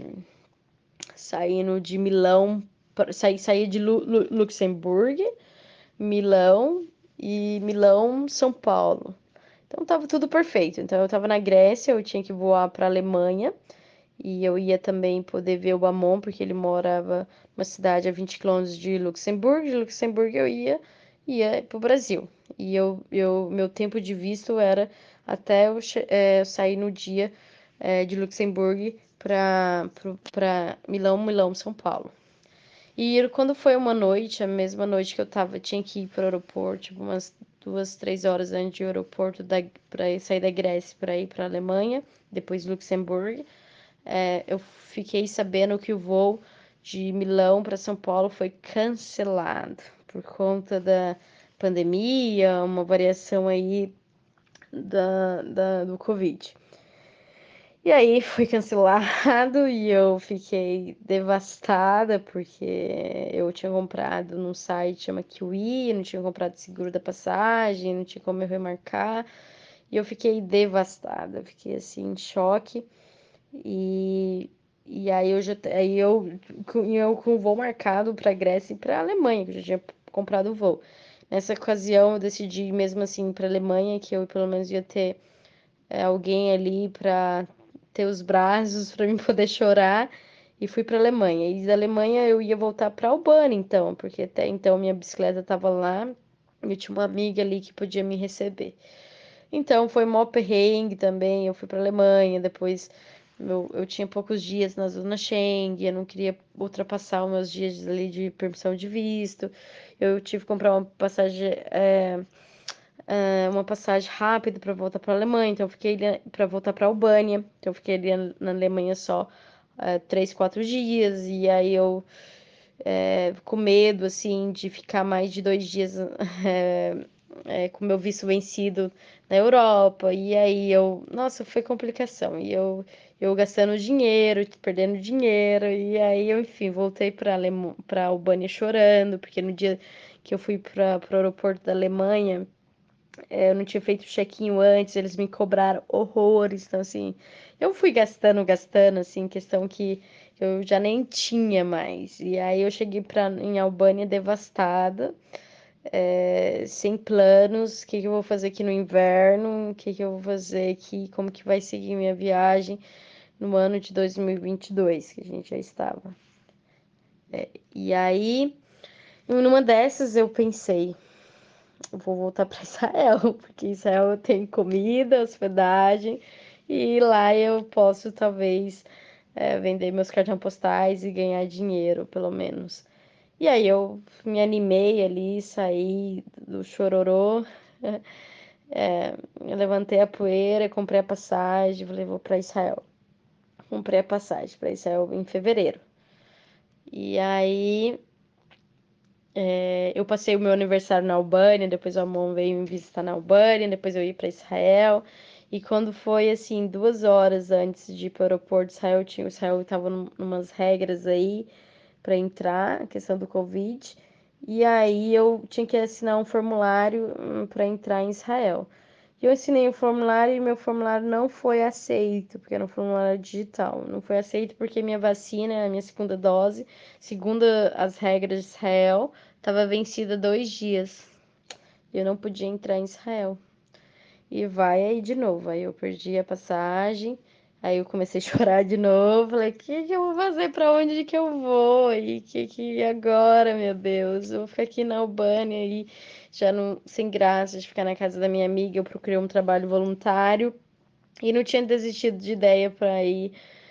saindo de Milão, pra- saí, saí de Lu, Lu, Luxemburgo, Milão e Milão, São Paulo. Então tava tudo perfeito. Então eu tava na Grécia, eu tinha que voar para Alemanha e eu ia também poder ver o Amon, porque ele morava numa cidade a vinte quilômetros de Luxemburgo. De Luxemburgo eu ia ia pro Brasil. E eu, eu meu tempo de visto era até eu, che- é, eu sair no dia é, de Luxemburgo para para Milão, Milão, São Paulo. E quando foi uma noite, a mesma noite que eu tava, tinha que ir pro aeroporto, tipo, umas duas, três horas antes do aeroporto da, para sair da Grécia para ir para Alemanha, depois Luxemburgo. É, eu fiquei sabendo que o voo de Milão para São Paulo foi cancelado por conta da pandemia, uma variação aí da, da, do Covid. E aí foi cancelado e eu fiquei devastada porque eu tinha comprado num site chama Kiwi, não tinha comprado seguro da passagem, não tinha como eu remarcar. E eu fiquei devastada, fiquei assim em choque. E, e aí eu já aí eu, eu com o voo marcado para Grécia e para Alemanha, que eu já tinha comprado o voo. Nessa ocasião eu decidi mesmo assim para Alemanha que eu pelo menos ia ter é, alguém ali para ter os braços para mim poder chorar e fui para Alemanha. E da Alemanha eu ia voltar para Albânia então, porque até então minha bicicleta estava lá e eu tinha uma amiga ali que podia me receber. Então foi mó perrengue também. Eu fui para Alemanha, depois eu, eu tinha poucos dias na zona Schengen, eu não queria ultrapassar os meus dias ali de permissão de visto. Eu tive que comprar uma passagem é, é, uma passagem rápida para voltar para a Alemanha, então eu fiquei para voltar para a Albânia, então eu fiquei ali na Alemanha só é, três, quatro dias, e aí eu é, com medo assim de ficar mais de dois dias é, é, com meu visto vencido na Europa, e aí eu, nossa, foi complicação, e eu, eu gastando dinheiro, perdendo dinheiro, e aí eu, enfim, voltei para Alem para Albânia chorando, porque no dia que eu fui para o aeroporto da Alemanha é, eu não tinha feito check-in antes, eles me cobraram horrores. Então, assim, eu fui gastando, gastando, assim, questão que eu já nem tinha mais. E aí eu cheguei pra, em Albânia devastada, é, sem planos. O que que eu vou fazer aqui no inverno? O que que eu vou fazer aqui? Como que vai seguir minha viagem no ano de dois mil e vinte e dois, que a gente já estava. É, e aí, numa dessas, eu pensei, eu vou voltar para Israel, porque Israel tem comida, hospedagem, e lá eu posso talvez é, vender meus cartões postais e ganhar dinheiro, pelo menos. E aí eu me animei ali, saí do chororô, é, eu levantei a poeira, comprei a passagem, falei, vou para Israel. Comprei a passagem para Israel em fevereiro. E aí É, eu passei o meu aniversário na Albânia, depois o Amon veio me visitar na Albânia, depois eu ia para Israel. E quando foi assim, duas horas antes de ir para o aeroporto de Israel, tinha, o Israel estava num, numas regras aí para entrar, a questão do Covid. E aí eu tinha que assinar um formulário para entrar em Israel. E eu assinei o formulário e meu formulário não foi aceito, porque era um formulário digital. Não foi aceito porque minha vacina, a minha segunda dose, segundo as regras de Israel, estava vencida dois dias. E eu não podia entrar em Israel. E vai aí de novo. Aí eu perdi a passagem. Aí eu comecei a chorar de novo. Falei, o que que eu vou fazer? Pra onde que eu vou? E que que agora, meu Deus? Eu vou ficar aqui na Albânia e já não, sem graça de ficar na casa da minha amiga. Eu procurei um trabalho voluntário e não tinha desistido de ideia para ir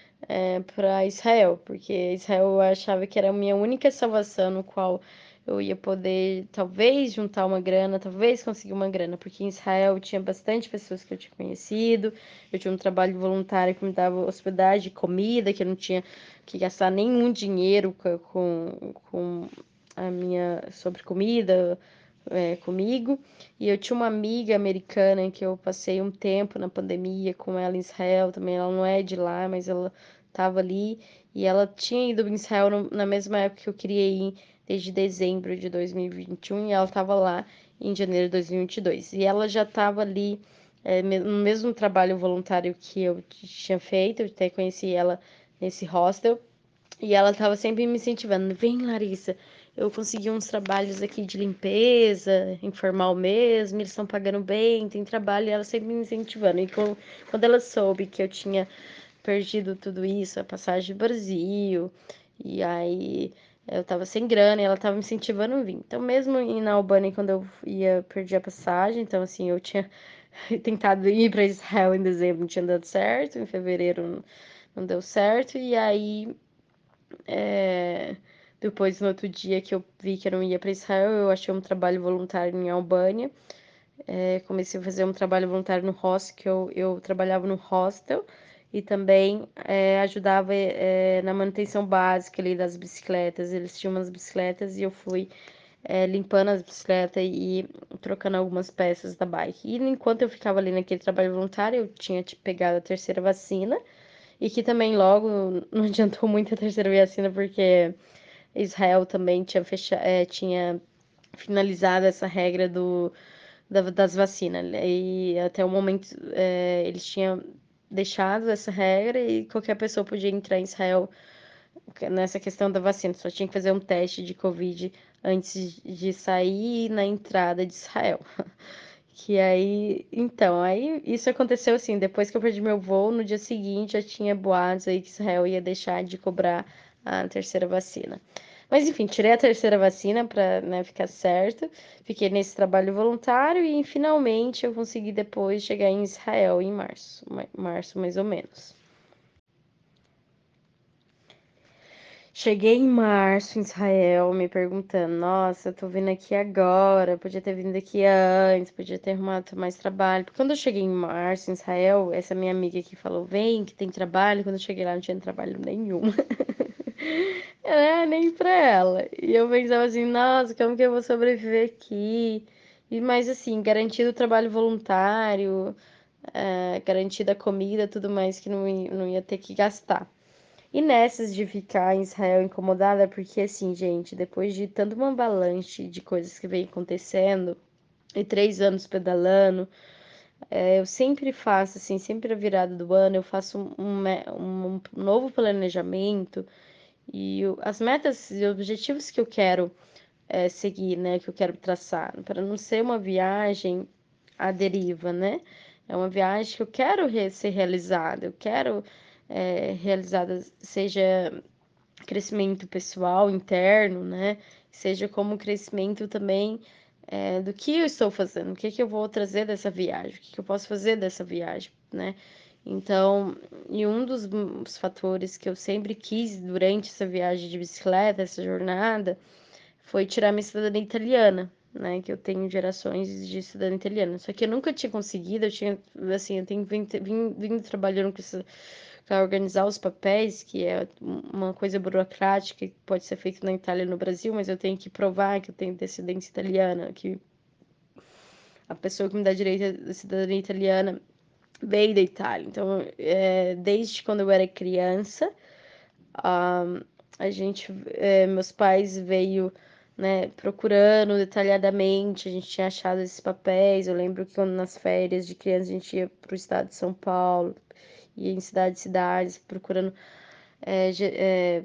é, para Israel, porque Israel eu achava que era a minha única salvação, no qual eu ia poder talvez juntar uma grana, talvez conseguir uma grana, porque em Israel tinha bastante pessoas que eu tinha conhecido, eu tinha um trabalho voluntário que me dava hospedagem, comida, que eu não tinha que gastar nenhum dinheiro com, com, com a minha sobre comida. É, comigo, e eu tinha uma amiga americana que eu passei um tempo na pandemia com ela em Israel também. Ela não é de lá, mas ela estava ali e ela tinha ido em Israel no, na mesma época que eu queria ir, desde dezembro de dois mil e vinte e um, e ela estava lá em janeiro de dois mil e vinte e dois. E ela já estava ali é, no mesmo trabalho voluntário que eu tinha feito, eu até conheci ela nesse hostel. E ela estava sempre me incentivando. Vem, Larissa, eu consegui uns trabalhos aqui de limpeza, informal mesmo, eles estão pagando bem, tem trabalho, e ela sempre me incentivando. E com, quando ela soube que eu tinha perdido tudo isso, a passagem do Brasil, e aí eu tava sem grana, e ela tava me incentivando a vir. Então, mesmo na Albânia, quando eu ia, perdi a passagem, então, assim, eu tinha tentado ir para Israel em dezembro, não tinha dado certo, em fevereiro não deu certo, e aí é, depois no outro dia que eu vi que eu não ia para Israel, eu achei um trabalho voluntário em Albânia. É, comecei a fazer um trabalho voluntário no hostel, que eu, eu trabalhava no hostel e também é, ajudava é, na manutenção básica ali das bicicletas. Eles tinham umas bicicletas e eu fui é, limpando as bicicletas e trocando algumas peças da bike. E enquanto eu ficava ali naquele trabalho voluntário, eu tinha tipo, pegado a terceira vacina e que também logo não adiantou muito a terceira vacina porque Israel também tinha, fecha, é, tinha finalizado essa regra do das vacinas. E até o momento é, eles tinham deixado essa regra e qualquer pessoa podia entrar em Israel nessa questão da vacina. Só tinha que fazer um teste de Covid antes de sair na entrada de Israel. Que aí, então, aí isso aconteceu assim, depois que eu perdi meu voo, no dia seguinte já tinha boatos aí que Israel ia deixar de cobrar a terceira vacina. Mas enfim, tirei a terceira vacina para, né, ficar certo. Fiquei nesse trabalho voluntário e finalmente eu consegui depois chegar em Israel em março, março mais ou menos. Cheguei em março em Israel, me perguntando, nossa, eu tô vindo aqui agora, podia ter vindo aqui antes, podia ter arrumado mais trabalho. Porque quando eu cheguei em março em Israel, essa minha amiga aqui falou, vem que tem trabalho. Quando eu cheguei lá não tinha trabalho nenhum. É, nem pra ela. E eu pensava assim, nossa, como que eu vou sobreviver aqui? E, mas assim, garantido o trabalho voluntário, é, garantida a comida, tudo mais que não, ia- não ia ter que gastar. E nessas de ficar em Israel incomodada, porque assim, gente, depois de tanto uma avalanche de coisas que vem acontecendo, e três anos pedalando, é, eu sempre faço, assim, sempre a virada do ano, eu faço um, um, me- um novo planejamento e o- as metas e objetivos que eu quero é, seguir, né, que eu quero traçar, para não ser uma viagem à deriva, né? É uma viagem que eu quero re- ser realizada, eu quero é, realizada, seja crescimento pessoal interno, né? Seja como crescimento também é, do que eu estou fazendo, o que que eu vou trazer dessa viagem, o que que eu posso fazer dessa viagem, né? Então, e um dos, dos fatores que eu sempre quis durante essa viagem de bicicleta, essa jornada, foi tirar minha cidadania italiana, né? Que eu tenho gerações de cidadania italiana. Só que eu nunca tinha conseguido, eu tinha, assim, eu tenho vindo, vindo, vindo trabalhando com essa para organizar os papéis, que é uma coisa burocrática que pode ser feita na Itália e no Brasil, mas eu tenho que provar que eu tenho descendência italiana, que a pessoa que me dá direito à cidadania italiana veio da Itália. Então, é, desde quando eu era criança, a, a gente, é, meus pais veio, né, procurando detalhadamente, a gente tinha achado esses papéis. Eu lembro que quando nas férias de criança a gente ia para o estado de São Paulo, ia em cidades, cidades, procurando é, é,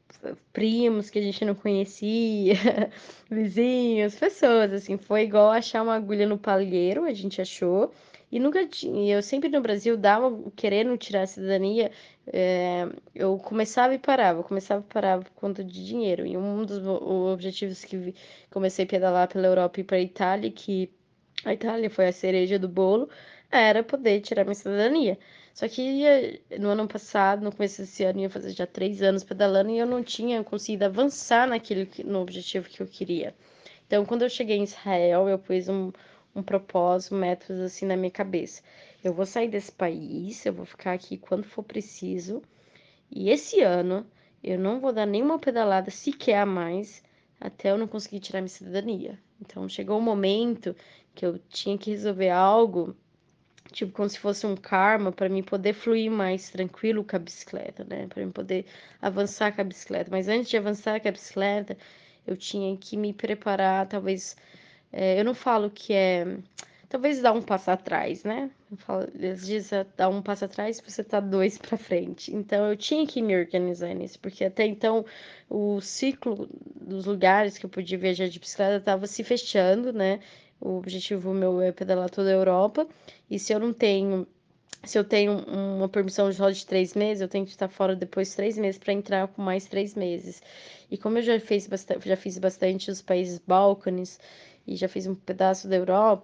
primos que a gente não conhecia, vizinhos, pessoas, assim, foi igual achar uma agulha no palheiro, a gente achou, e nunca tinha, eu sempre no Brasil dava, querendo tirar a cidadania, é, eu começava e parava, começava e parava por conta de dinheiro, e um dos objetivos que vi, comecei a pedalar pela Europa e para a Itália, que a Itália foi a cereja do bolo, era poder tirar minha cidadania. Só que ia- no ano passado, no começo desse ano, ia fazer já três anos pedalando e eu não tinha conseguido avançar naquele, que- no objetivo que eu queria. Então, quando eu cheguei em Israel, eu pus um, um propósito, métodos assim na minha cabeça. Eu vou sair desse país, eu vou ficar aqui quando for preciso, e esse ano eu não vou dar nenhuma pedalada sequer a mais até eu não conseguir tirar minha cidadania. Então, chegou o momento que eu tinha que resolver algo tipo, como se fosse um karma para mim poder fluir mais tranquilo com a bicicleta, né? Para mim poder avançar com a bicicleta. Mas antes de avançar com a bicicleta, eu tinha que me preparar, talvez. É, eu não falo que é. Talvez dar um passo atrás, né? Eu falo, às vezes é dar um passo atrás você tá dois para frente. Então eu tinha que me organizar nisso, porque até então o ciclo dos lugares que eu podia viajar de bicicleta estava se fechando, né? O objetivo meu é pedalar toda a Europa. E se eu não tenho, se eu tenho uma permissão só de três meses, eu tenho que estar fora depois de três meses para entrar com mais três meses. E como eu já fiz bastante, já fiz bastante os países Balcanes e já fiz um pedaço da Europa,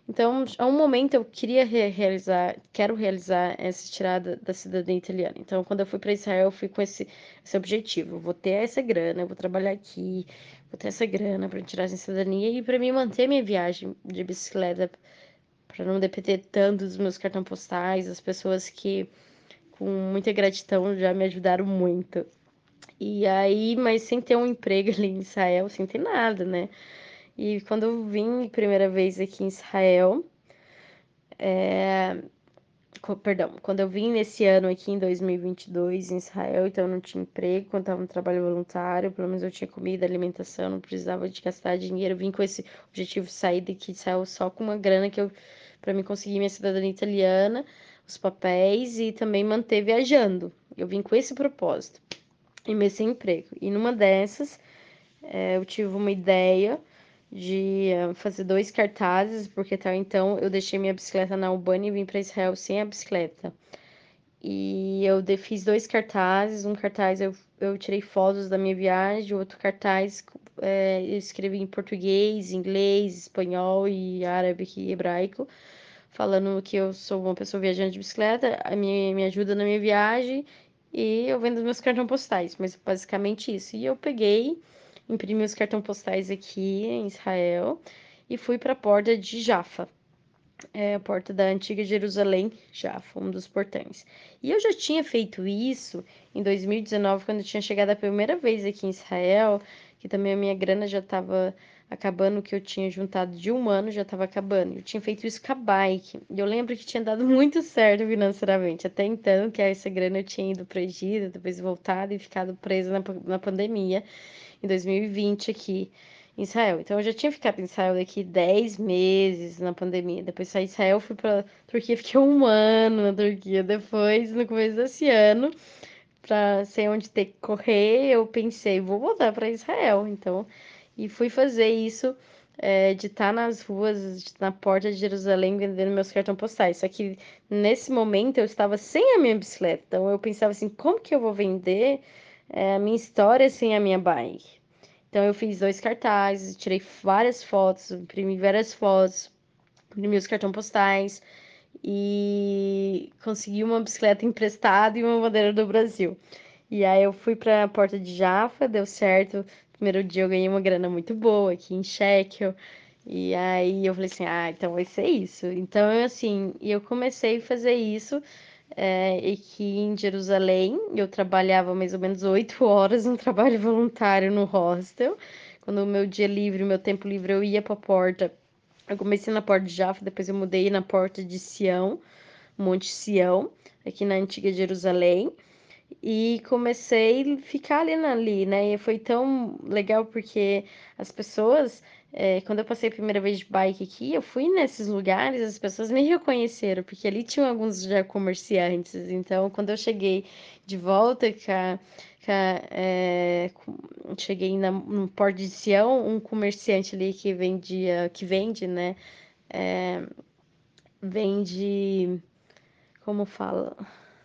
Então, a um momento eu queria re- realizar, quero realizar essa tirada da cidadania italiana. Então, quando eu fui para Israel, eu fui com esse, esse objetivo. Eu vou ter essa grana, eu vou trabalhar aqui, vou ter essa grana para tirar essa cidadania e para me manter minha viagem de bicicleta, para não depender tanto dos meus cartões postais, das pessoas que, com muita gratidão, já me ajudaram muito. E aí, mas sem ter um emprego ali em Israel, sem ter nada, né? E quando eu vim primeira vez aqui em Israel, é, co- perdão, quando eu vim nesse ano aqui em dois mil e vinte e dois em Israel, então eu não tinha emprego, quando estava no trabalho voluntário, pelo menos eu tinha comida, alimentação, não precisava de gastar dinheiro. Eu vim com esse objetivo de sair daqui de Israel só com uma grana que eu para mim conseguir minha cidadania italiana, os papéis e também manter viajando. Eu vim com esse propósito e mesmo sem emprego. E numa dessas, é, eu tive uma ideia de eh, fazer dois cartazes, porque até então eu deixei minha bicicleta na Albânia e vim para Israel sem a bicicleta. E eu de- fiz dois cartazes. Um cartaz eu, eu tirei fotos da minha viagem, o outro cartaz é, eu escrevi em português, inglês, espanhol e árabe e hebraico, falando que eu sou uma pessoa viajante de bicicleta, a minha, me ajuda na minha viagem e eu vendo meus cartões postais, mas basicamente isso. E eu peguei, imprimi os cartões postais aqui em Israel e fui para a porta de Jaffa, é a porta da antiga Jerusalém, Jaffa, um dos portões. E eu já tinha feito isso em dois mil e dezenove, quando eu tinha chegado a primeira vez aqui em Israel, que também a minha grana já estava acabando, o que eu tinha juntado de um ano já estava acabando. Eu tinha feito isso com a bike. E eu lembro que tinha dado muito certo financeiramente. Até então, que essa grana eu tinha ido para o Egito, depois voltado e ficado presa na, na pandemia em dois mil e vinte aqui em Israel. Então eu já tinha ficado em Israel daqui dez meses na pandemia. Depois saí de Israel, fui pra Turquia, fiquei um ano na Turquia. Depois, no começo desse ano, pra ser onde ter que correr, eu pensei, vou voltar para Israel. Então, e fui fazer isso. É, de estar nas ruas, de na porta de Jerusalém vendendo meus cartões postais. Só que nesse momento eu estava sem a minha bicicleta. Então eu pensava assim, como que eu vou vender é, a minha história sem a minha bike? Então eu fiz dois cartazes, tirei várias fotos, imprimi várias fotos, imprimi os cartões postais e consegui uma bicicleta emprestada e uma bandeira do Brasil. E aí eu fui para a Porta de Jaffa, deu certo. Primeiro dia eu ganhei uma grana muito boa aqui em shekel. E aí eu falei assim, ah, então vai ser isso. Então, eu, assim, e eu comecei a fazer isso é, aqui em Jerusalém. Eu trabalhava mais ou menos oito horas no trabalho voluntário no hostel. Quando o meu dia livre, o meu tempo livre, eu ia para a porta. Eu comecei na porta de Jaffa, depois eu mudei na porta de Sião, Monte Sião, aqui na antiga Jerusalém. E comecei a ficar ali, na- ali, né? E foi tão legal porque as pessoas, eh, quando eu passei a primeira vez de bike aqui, eu fui nesses lugares, as pessoas me reconheceram, porque ali tinham alguns já comerciantes. Então, quando eu cheguei de volta, com a- com a, eh, com- cheguei na, no Porto de Sião, um comerciante ali que vendia, que vende, né? Vende, como fala?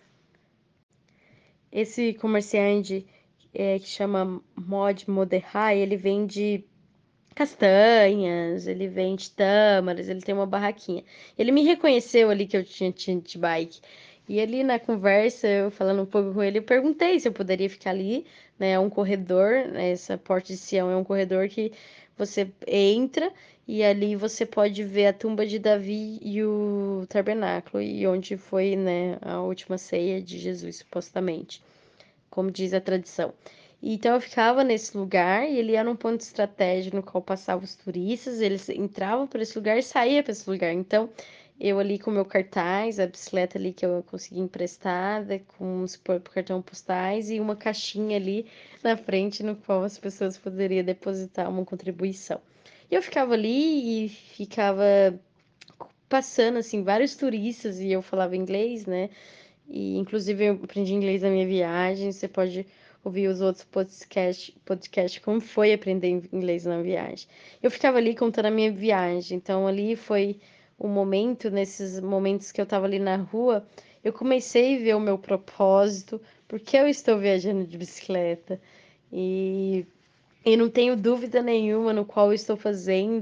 Esse comerciante é, que chama Mod Moderhai, ele vende castanhas, ele vende tâmaras, ele tem uma barraquinha. Ele me reconheceu ali que eu tinha tinha de bike. E ali na conversa, eu falando um pouco com ele, eu perguntei se eu poderia ficar ali, né? É um corredor, né, essa Porta de Sião é um corredor que você entra e ali você pode ver a tumba de Davi e o tabernáculo, e onde foi, né, a última ceia de Jesus, supostamente, como diz a tradição. Então eu ficava nesse lugar e ele era um ponto estratégico no qual passavam os turistas, eles entravam para esse lugar e saíam para esse lugar. Então eu ali com o meu cartaz, a bicicleta ali que eu consegui emprestada, com os por- cartão postais e uma caixinha ali na frente no qual as pessoas poderiam depositar uma contribuição. E eu ficava ali e ficava passando assim vários turistas e eu falava inglês, né? E inclusive eu aprendi inglês na minha viagem. Você pode ouvir os outros podcasts, podcast, como foi aprender inglês na viagem. Eu ficava ali contando a minha viagem. Então ali foi o momento, nesses momentos que eu estava ali na rua, eu comecei a ver o meu propósito, porque eu estou viajando de bicicleta. E, e não tenho dúvida nenhuma no qual eu estou fazendo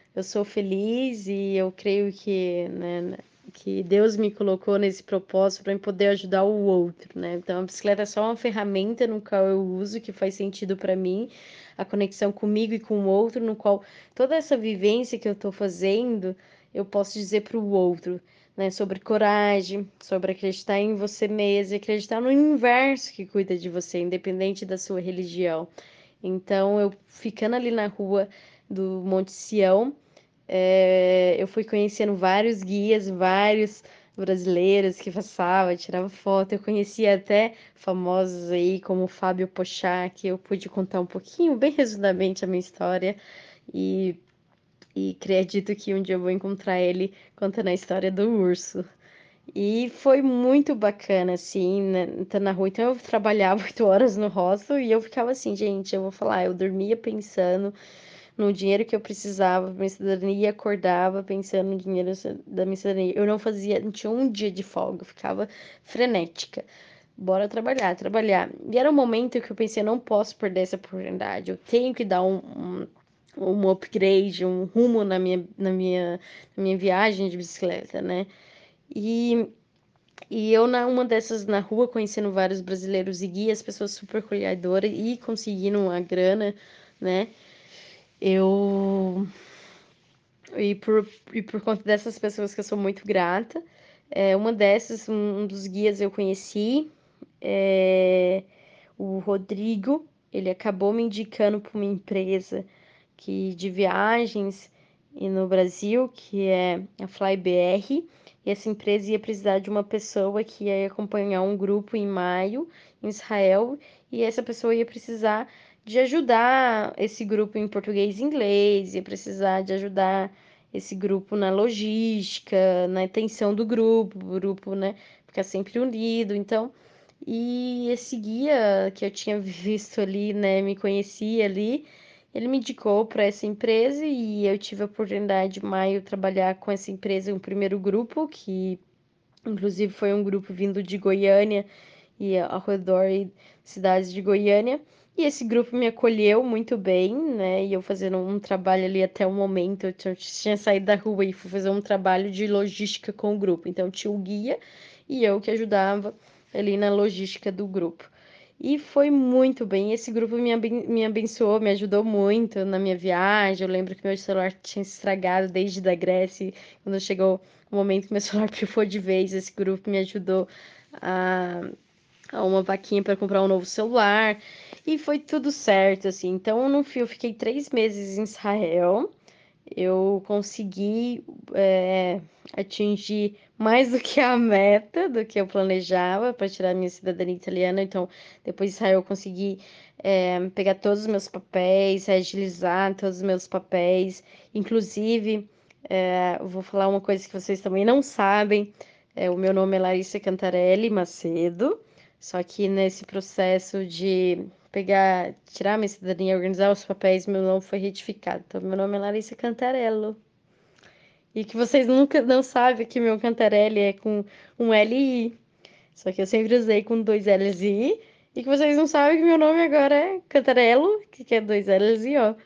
eu sou feliz e eu creio que, né, que Deus me colocou nesse propósito para poder ajudar o outro, né? Então a bicicleta é só uma ferramenta no qual eu uso que faz sentido para mim, a conexão comigo e com o outro, no qual toda essa vivência que eu estou fazendo, eu posso dizer para o outro, né? Sobre coragem, sobre acreditar em você mesmo, e acreditar no universo que cuida de você, independente da sua religião. Então, eu ficando ali na rua do Monte Sião, é, eu fui conhecendo vários guias, vários brasileiros que passavam, tirava foto. Eu conhecia até famosos aí, como o Fábio Pochá, que eu pude contar um pouquinho, bem resumidamente, a minha história. E, e acredito que um dia eu vou encontrar ele contando a história do urso. E foi muito bacana, assim, né, tá na rua. Então eu trabalhava oito horas no hostel e eu ficava assim, gente, eu vou falar, eu dormia pensando no dinheiro que eu precisava pra minha cidadania e acordava pensando no dinheiro da minha cidadania. Eu não fazia, não tinha um dia de folga, eu ficava frenética. Bora trabalhar, trabalhar. E era um momento que eu pensei, eu não posso perder essa oportunidade, eu tenho que dar um, um, um upgrade, um rumo na minha, na minha, na minha viagem de bicicleta, né? E e eu, na uma dessas, na rua, conhecendo vários brasileiros e guias, pessoas super acolhedoras e conseguindo uma grana, né? Eu. E por, e por conta dessas pessoas que eu sou muito grata, é, uma dessas, um, um dos guias eu conheci, é, o Rodrigo, ele acabou me indicando para uma empresa que de viagens e no Brasil, que é a FlyBR. E essa empresa ia precisar de uma pessoa que ia acompanhar um grupo em maio em Israel, e essa pessoa ia precisar de ajudar esse grupo em português e inglês, ia precisar de ajudar esse grupo na logística, na intenção do grupo, o grupo, né, ficar sempre unido. Então, e esse guia que eu tinha visto ali, né, me conhecia ali, ele me indicou para essa empresa e eu tive a oportunidade de maio trabalhar com essa empresa, um primeiro grupo, que inclusive foi um grupo vindo de Goiânia e ao redor aí, cidades de Goiânia. E esse grupo me acolheu muito bem, né? E eu fazendo um trabalho ali até o momento, eu tinha tinha saído da rua e fui fazer um trabalho de logística com o grupo. Então tinha o guia e eu que ajudava ali na logística do grupo. E foi muito bem. Esse grupo me, aben me abençoou, me ajudou muito na minha viagem. Eu lembro que meu celular tinha estragado desde da Grécia. E quando chegou o momento que meu celular pifou de vez, esse grupo me ajudou a, a uma vaquinha para comprar um novo celular. E foi tudo certo, assim. Então, no fim, eu fiquei três meses em Israel. Eu consegui é, atingir mais do que a meta do que eu planejava para tirar minha cidadania italiana. Então, depois de Israel, eu consegui é, pegar todos os meus papéis, agilizar todos os meus papéis. Inclusive, é, eu vou falar uma coisa que vocês também não sabem. É, o meu nome é Larissa Cantarelli Macedo. Só que nesse processo de pegar, tirar minha cidadania, organizar os papéis, meu nome foi retificado. Então, meu nome é Larissa Cantarello. E que vocês nunca não sabem que meu Cantarelli é com um L I. Só que eu sempre usei com dois L's e I. E que vocês não sabem que meu nome agora é Cantarello, que é dois L's e O.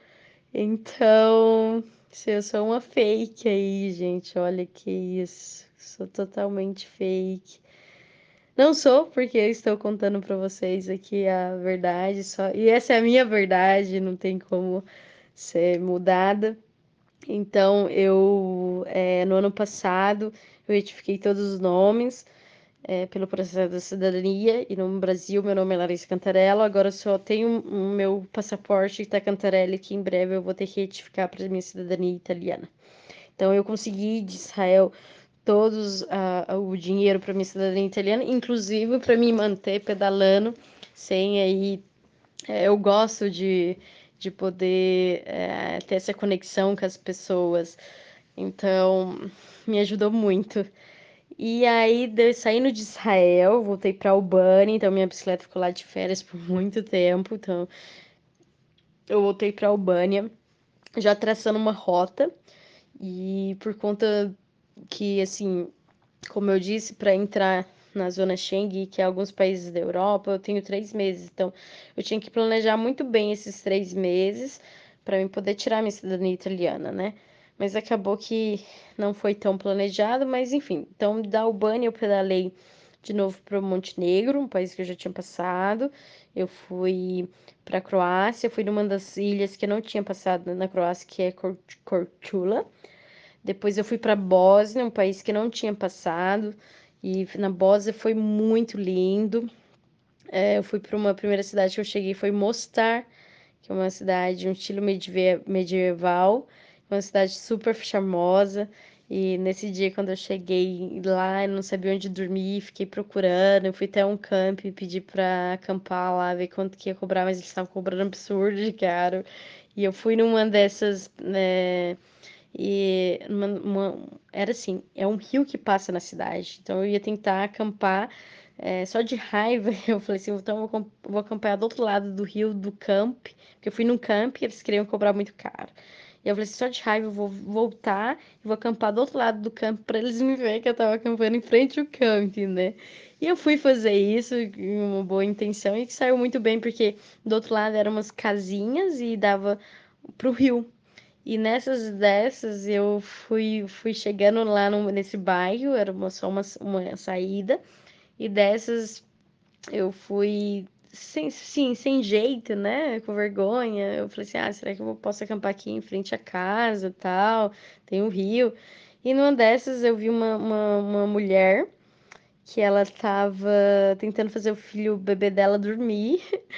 Então, se eu sou uma fake aí, gente, olha que isso. Sou totalmente fake. Não sou, porque eu estou contando para vocês aqui a verdade só. E essa é a minha verdade, não tem como ser mudada. Então, eu, é, no ano passado, eu retifiquei todos os nomes, é, pelo processo da cidadania. E no Brasil, meu nome é Larissa Cantarello. Agora eu só tenho o um, um meu passaporte que tá Cantarelli, que em breve eu vou ter que retificar para minha cidadania italiana. Então, eu consegui de Israel todos uh, o dinheiro para minha cidadania italiana, inclusive para me manter pedalando sem aí. É, eu gosto de, de poder é, ter essa conexão com as pessoas, então me ajudou muito. E aí, de, saindo de Israel, voltei para Albânia, então minha bicicleta ficou lá de férias por muito tempo, então eu voltei para Albânia, já traçando uma rota, e por conta que, assim, como eu disse, para entrar na zona Schengen, que é alguns países da Europa, eu tenho três meses. Então, eu tinha que planejar muito bem esses três meses para eu poder tirar minha cidadania italiana, né? mas acabou que não foi tão planejado, mas enfim. Então, da Albânia eu pedalei de novo para o Montenegro, um país que eu já tinha passado. Eu fui para a Croácia, fui numa das ilhas que eu não tinha passado na Croácia, que é Cor- Korčula. Depois eu fui para Bósnia, um país que eu não tinha passado, e na Bósnia foi muito lindo. É, eu fui para uma primeira cidade que eu cheguei, foi Mostar, que é uma cidade, um estilo medie- medieval, uma cidade super charmosa. E nesse dia, quando eu cheguei lá, eu não sabia onde dormir, fiquei procurando. Eu fui até um camp, pedi pra acampar lá, ver quanto que ia cobrar, mas eles estavam cobrando absurdo de caro. E eu fui numa dessas, né, e uma, uma- era assim, é um rio que passa na cidade, então eu ia tentar acampar, é, só de raiva, eu falei assim, então eu vou, com- vou acampar do outro lado do rio, do camp, porque eu fui num camp e eles queriam cobrar muito caro. E eu falei assim, só de raiva eu vou voltar e vou acampar do outro lado do camp para eles me verem que eu tava acampando em frente ao camp, né? E eu fui fazer isso com uma boa intenção e saiu muito bem, porque do outro lado eram umas casinhas e dava pro rio. E nessas dessas eu fui, fui chegando lá no, nesse bairro, era uma, só uma, uma saída, e dessas eu fui sem, sim, sem jeito, né? Com vergonha. Eu falei assim: ah, será que eu posso acampar aqui em frente à casa tal? Tem um rio. E numa dessas eu vi uma, uma, uma mulher que ela estava tentando fazer o filho, o bebê dela dormir,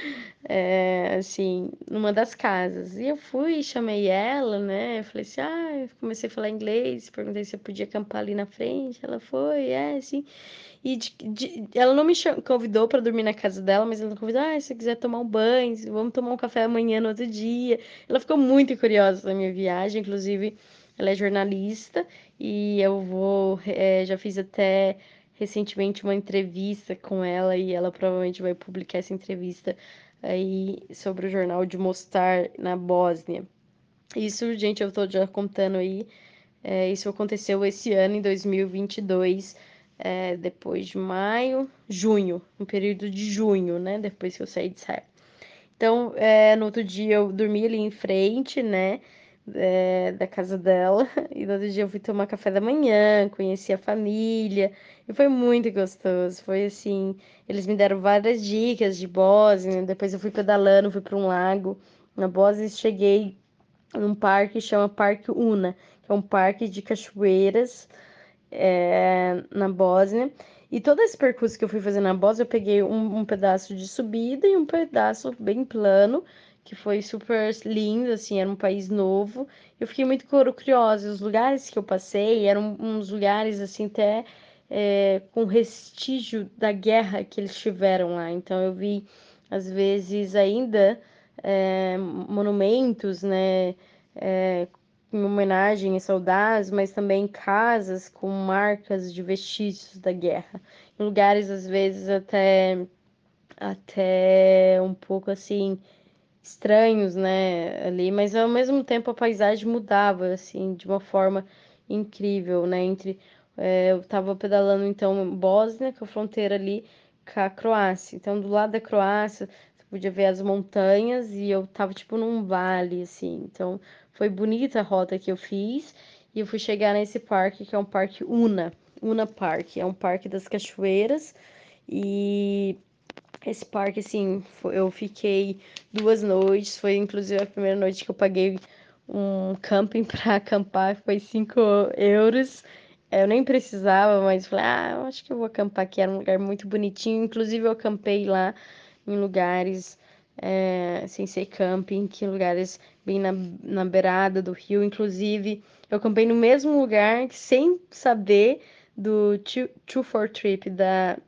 é, assim, numa das casas. E eu fui, chamei ela, né? Eu falei assim, ah, eu comecei a falar inglês, perguntei se eu podia acampar ali na frente. Ela foi, é, sim. E de- de- ela não me cham- convidou para dormir na casa dela, mas ela me convidou, ah, se você quiser tomar um banho, vamos tomar um café amanhã no outro dia. Ela ficou muito curiosa da minha viagem, inclusive ela é jornalista e eu vou, é, já fiz até recentemente uma entrevista com ela e ela provavelmente vai publicar essa entrevista aí sobre o jornal de Mostar na Bósnia. Isso, gente, eu tô já contando aí. É, isso aconteceu esse ano, em dois mil e vinte e dois, é, depois de maio, junho, no período de junho, né? Depois que eu saí de Israel. Então, é, no outro dia eu dormi ali em frente, né, é, da casa dela, e no outro dia eu fui tomar café da manhã, conheci a família, e foi muito gostoso. Foi assim, eles me deram várias dicas de Bósnia, depois eu fui pedalando, fui para um lago na Bósnia e cheguei num parque que chama Parque Una, que é um parque de cachoeiras é, na Bósnia. E todo esse percurso que eu fui fazer na Bósnia, eu peguei um, um pedaço de subida e um pedaço bem plano, que foi super lindo, assim, era um país novo. Eu fiquei muito cur- curiosa. Os lugares que eu passei eram uns lugares, assim, até é, com restígio da guerra que eles tiveram lá. Então eu vi, às vezes, ainda é, monumentos, né? É, em homenagem a soldados, mas também casas com marcas de vestígios da guerra. Em lugares, às vezes, até, até um pouco assim, estranhos, né, ali, mas ao mesmo tempo a paisagem mudava, assim, de uma forma incrível, né, entre, é, eu tava pedalando, então, em Bósnia, com a fronteira ali com a Croácia, então, do lado da Croácia, você podia ver as montanhas e eu tava, tipo, num vale, assim, então, foi bonita a rota que eu fiz e eu fui chegar nesse parque, que é um parque Una, Una Park, é um parque das cachoeiras e esse parque, assim, fo- eu fiquei duas noites. Foi inclusive a primeira noite que eu paguei um camping pra acampar, foi cinco euros. É, eu nem precisava, mas falei, ah, eu acho que eu vou acampar aqui. Era um lugar muito bonitinho. Inclusive, eu acampei lá em lugares, é, sem ser camping, que lugares bem na, na beirada do rio. Inclusive, eu acampei no mesmo lugar, sem saber do Two, Two for Trip da.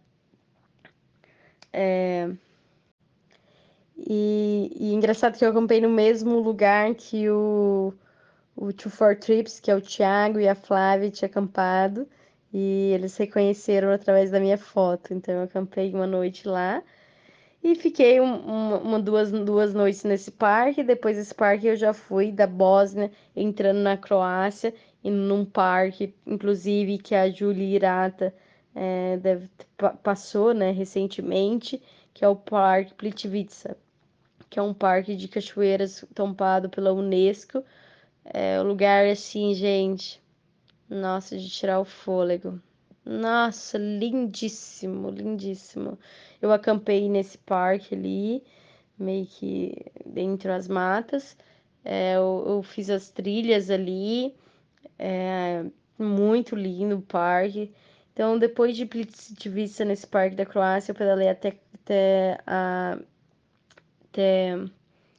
E, e engraçado que eu acampei no mesmo lugar que o, o Two for Trips, que é o Thiago e a Flávia tinha acampado. E eles reconheceram através da minha foto. Então eu acampei uma noite lá e fiquei um- uma, uma- duas, duas noites nesse parque. Depois desse parque eu já fui da Bósnia, entrando na Croácia, e num parque, inclusive, que a Julia Irata eh, deve, pa- passou, né, recentemente, que é o Parque Plitvice, que é um parque de cachoeiras tombado pela Unesco. É o lugar assim, gente. Nossa, de tirar o fôlego. Nossa, lindíssimo, lindíssimo. Eu acampei nesse parque ali, meio que dentro das matas. É, eu, eu fiz as trilhas ali. É muito lindo o parque. Então, depois de Plitvice, nesse parque da Croácia, eu pedalei até, até a até,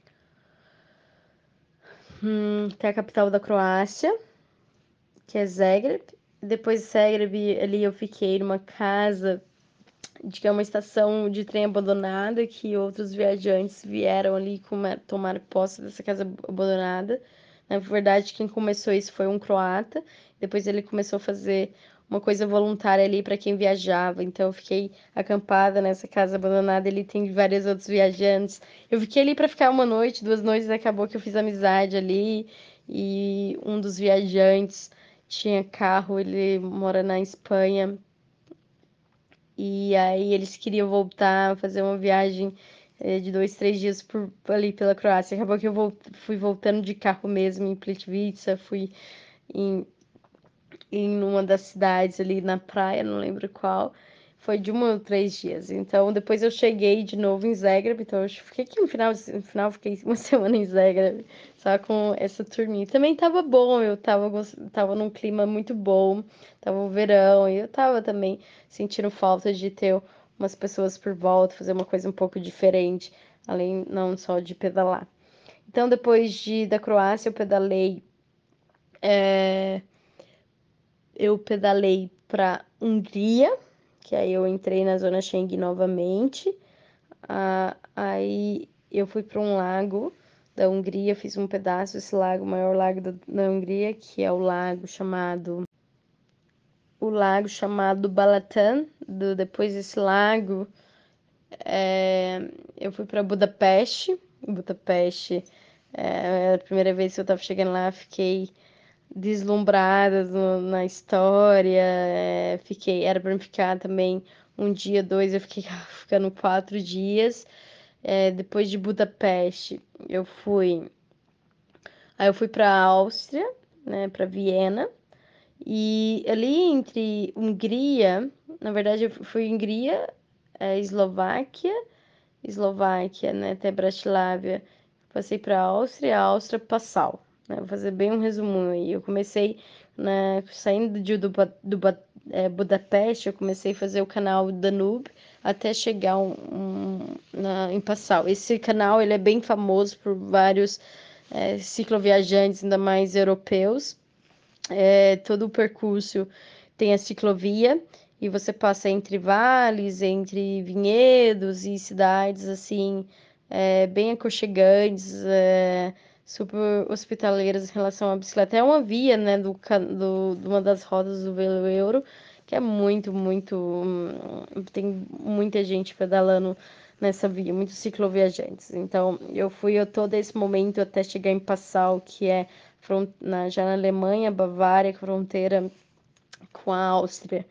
hum, até a capital da Croácia, que é Zagreb. Depois de Zagreb, ali eu fiquei numa casa de que é uma estação de trem abandonada, que outros viajantes vieram ali tomar posse dessa casa abandonada. Na verdade, quem começou isso foi um croata. Depois ele começou a fazer uma coisa voluntária ali para quem viajava. Então eu fiquei acampada nessa casa abandonada. Ele tem vários outros viajantes. Eu fiquei ali para ficar uma noite, duas noites. Acabou que eu fiz amizade ali. E um dos viajantes tinha carro. Ele mora na Espanha. E aí eles queriam voltar, fazer uma viagem eh, de dois, três dias por ali pela Croácia. Acabou que eu vol- fui voltando de carro mesmo em Plitvice, fui em, em uma das cidades ali na praia, não lembro qual. Foi de uma ou três dias. Então depois eu cheguei de novo em Zagreb, então eu fiquei aqui no final, no final fiquei uma semana em Zagreb, só com essa turminha. Também tava bom, eu tava, gos- tava num clima muito bom, tava o verão, e eu tava também sentindo falta de ter umas pessoas por volta, fazer uma coisa um pouco diferente, além não só de pedalar. Então depois de da Croácia eu pedalei é, eu pedalei para Hungria, que aí eu entrei na zona Schengen novamente. Ah, aí eu fui para um lago da Hungria, fiz um pedaço desse lago, o maior lago da, da Hungria, que é o lago chamado o lago chamado Balatan. Do, depois desse lago, é, eu fui para Budapeste. Budapeste, é, a primeira vez que eu estava chegando lá, fiquei deslumbrada no- na história. É, fiquei, era para ficar também um dia, dois, eu fiquei ficando quatro dias. É, depois de Budapeste, eu fui, aí eu fui para Áustria, né, para Viena. E ali entre Hungria, na verdade eu fui Hungria, é, Eslováquia, Eslováquia, né, até Bratislava. Passei para Áustria, Áustria, Passau. Né? Vou fazer bem um resumo aí. Eu comecei, né, saindo de do, do, é, Budapeste, eu comecei a fazer o canal Danube até chegar um, um, na, em Passau. Esse canal ele é bem famoso por vários é, cicloviajantes, ainda mais europeus. É, todo o percurso tem a ciclovia e você passa entre vales, entre vinhedos e cidades assim, é, bem aconchegantes, é, super hospitaleiras em relação à bicicleta. É uma via, né, do, ca- do, de uma das rodas do Velo Euro, que é muito, muito. hum, Tem muita gente pedalando nessa via, muitos cicloviajantes. Então, eu fui a todo esse momento até chegar em Passau, que é fron- na, já na Alemanha, Bavária, fronteira com a Áustria,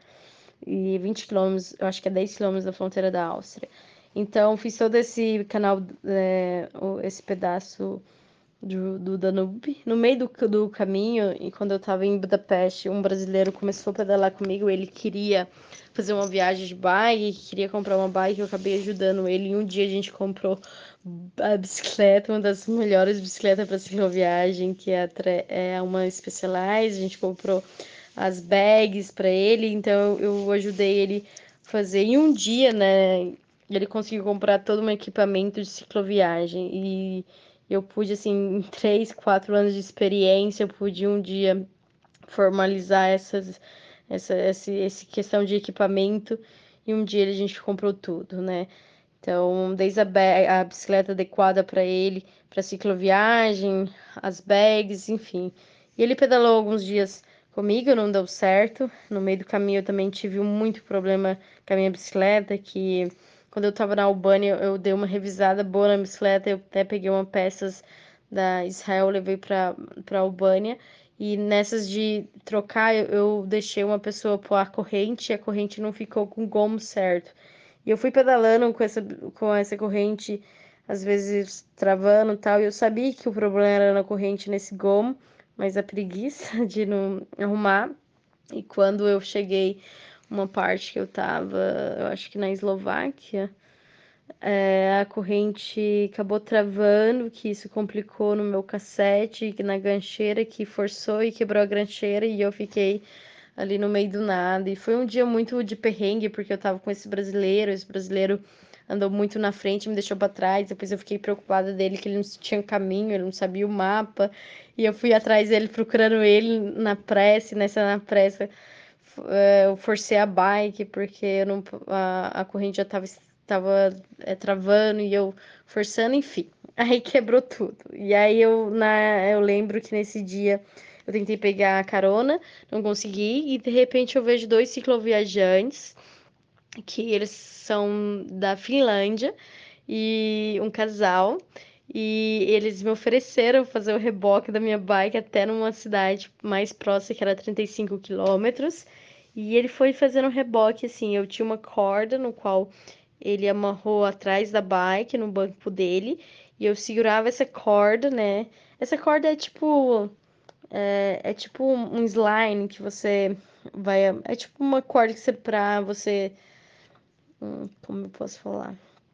e vinte quilômetros, eu acho que é dez quilômetros da fronteira da Áustria. Então, fiz todo esse canal, é, o- esse pedaço do, do Danube. No meio do, do caminho, e quando eu estava em Budapeste, um brasileiro começou a pedalar comigo. Ele queria fazer uma viagem de bike, queria comprar uma bike. Eu acabei ajudando ele. E um dia a gente comprou a bicicleta, uma das melhores bicicletas para cicloviagem, que é, a, tre- é uma Specialized. A gente comprou as bags para ele. Então eu ajudei ele a fazer em um dia, né? Ele conseguiu comprar todo um equipamento de cicloviagem. E eu pude, assim, em três, quatro anos de experiência, eu pude um dia formalizar essas, essa, esse, esse questão de equipamento e um dia a gente comprou tudo, né? Então, desde a, ba- a bicicleta adequada para ele, para cicloviagem, as bags, enfim. E ele pedalou alguns dias comigo, não deu certo. No meio do caminho eu também tive muito problema com a minha bicicleta, que quando eu tava na Albânia eu dei uma revisada boa na bicicleta, eu até peguei uma peças da Israel, levei para para Albânia. E nessas de trocar, eu, eu deixei uma pessoa pôr a corrente e a corrente não ficou com o gomo certo. E eu fui pedalando com essa, com essa corrente, às vezes travando e tal, e eu sabia que o problema era na corrente nesse gomo. mas a preguiça de não arrumar. E quando eu cheguei, uma parte que eu tava, eu acho que na Eslováquia, é, a corrente acabou travando, que isso complicou no meu cassete, que na gancheira, que forçou e quebrou a gancheira, e eu fiquei ali no meio do nada. E foi um dia muito de perrengue, porque eu tava com esse brasileiro, esse brasileiro andou muito na frente, me deixou para trás. Depois eu fiquei preocupada dele, que ele não tinha caminho, ele não sabia o mapa. E eu fui atrás dele procurando ele na pressa, e nessa na pressa eh, eu forcei a bike, porque eu não, a, a corrente já tava, tava é, travando e eu forçando, enfim. Aí quebrou tudo. E aí eu, na, eu lembro que nesse dia eu tentei pegar a carona, não consegui, e de repente eu vejo dois cicloviajantes, que eles são da Finlândia, e um casal, e eles me ofereceram fazer o reboque da minha bike até numa cidade mais próxima, que era trinta e cinco quilômetros, e ele foi fazendo o reboque, assim, eu tinha uma corda no qual ele amarrou atrás da bike, no banco dele, e eu segurava essa corda, né? Essa corda é tipo é, é tipo um slime que você vai. É tipo uma corda que você pra você. hum, Como eu posso falar?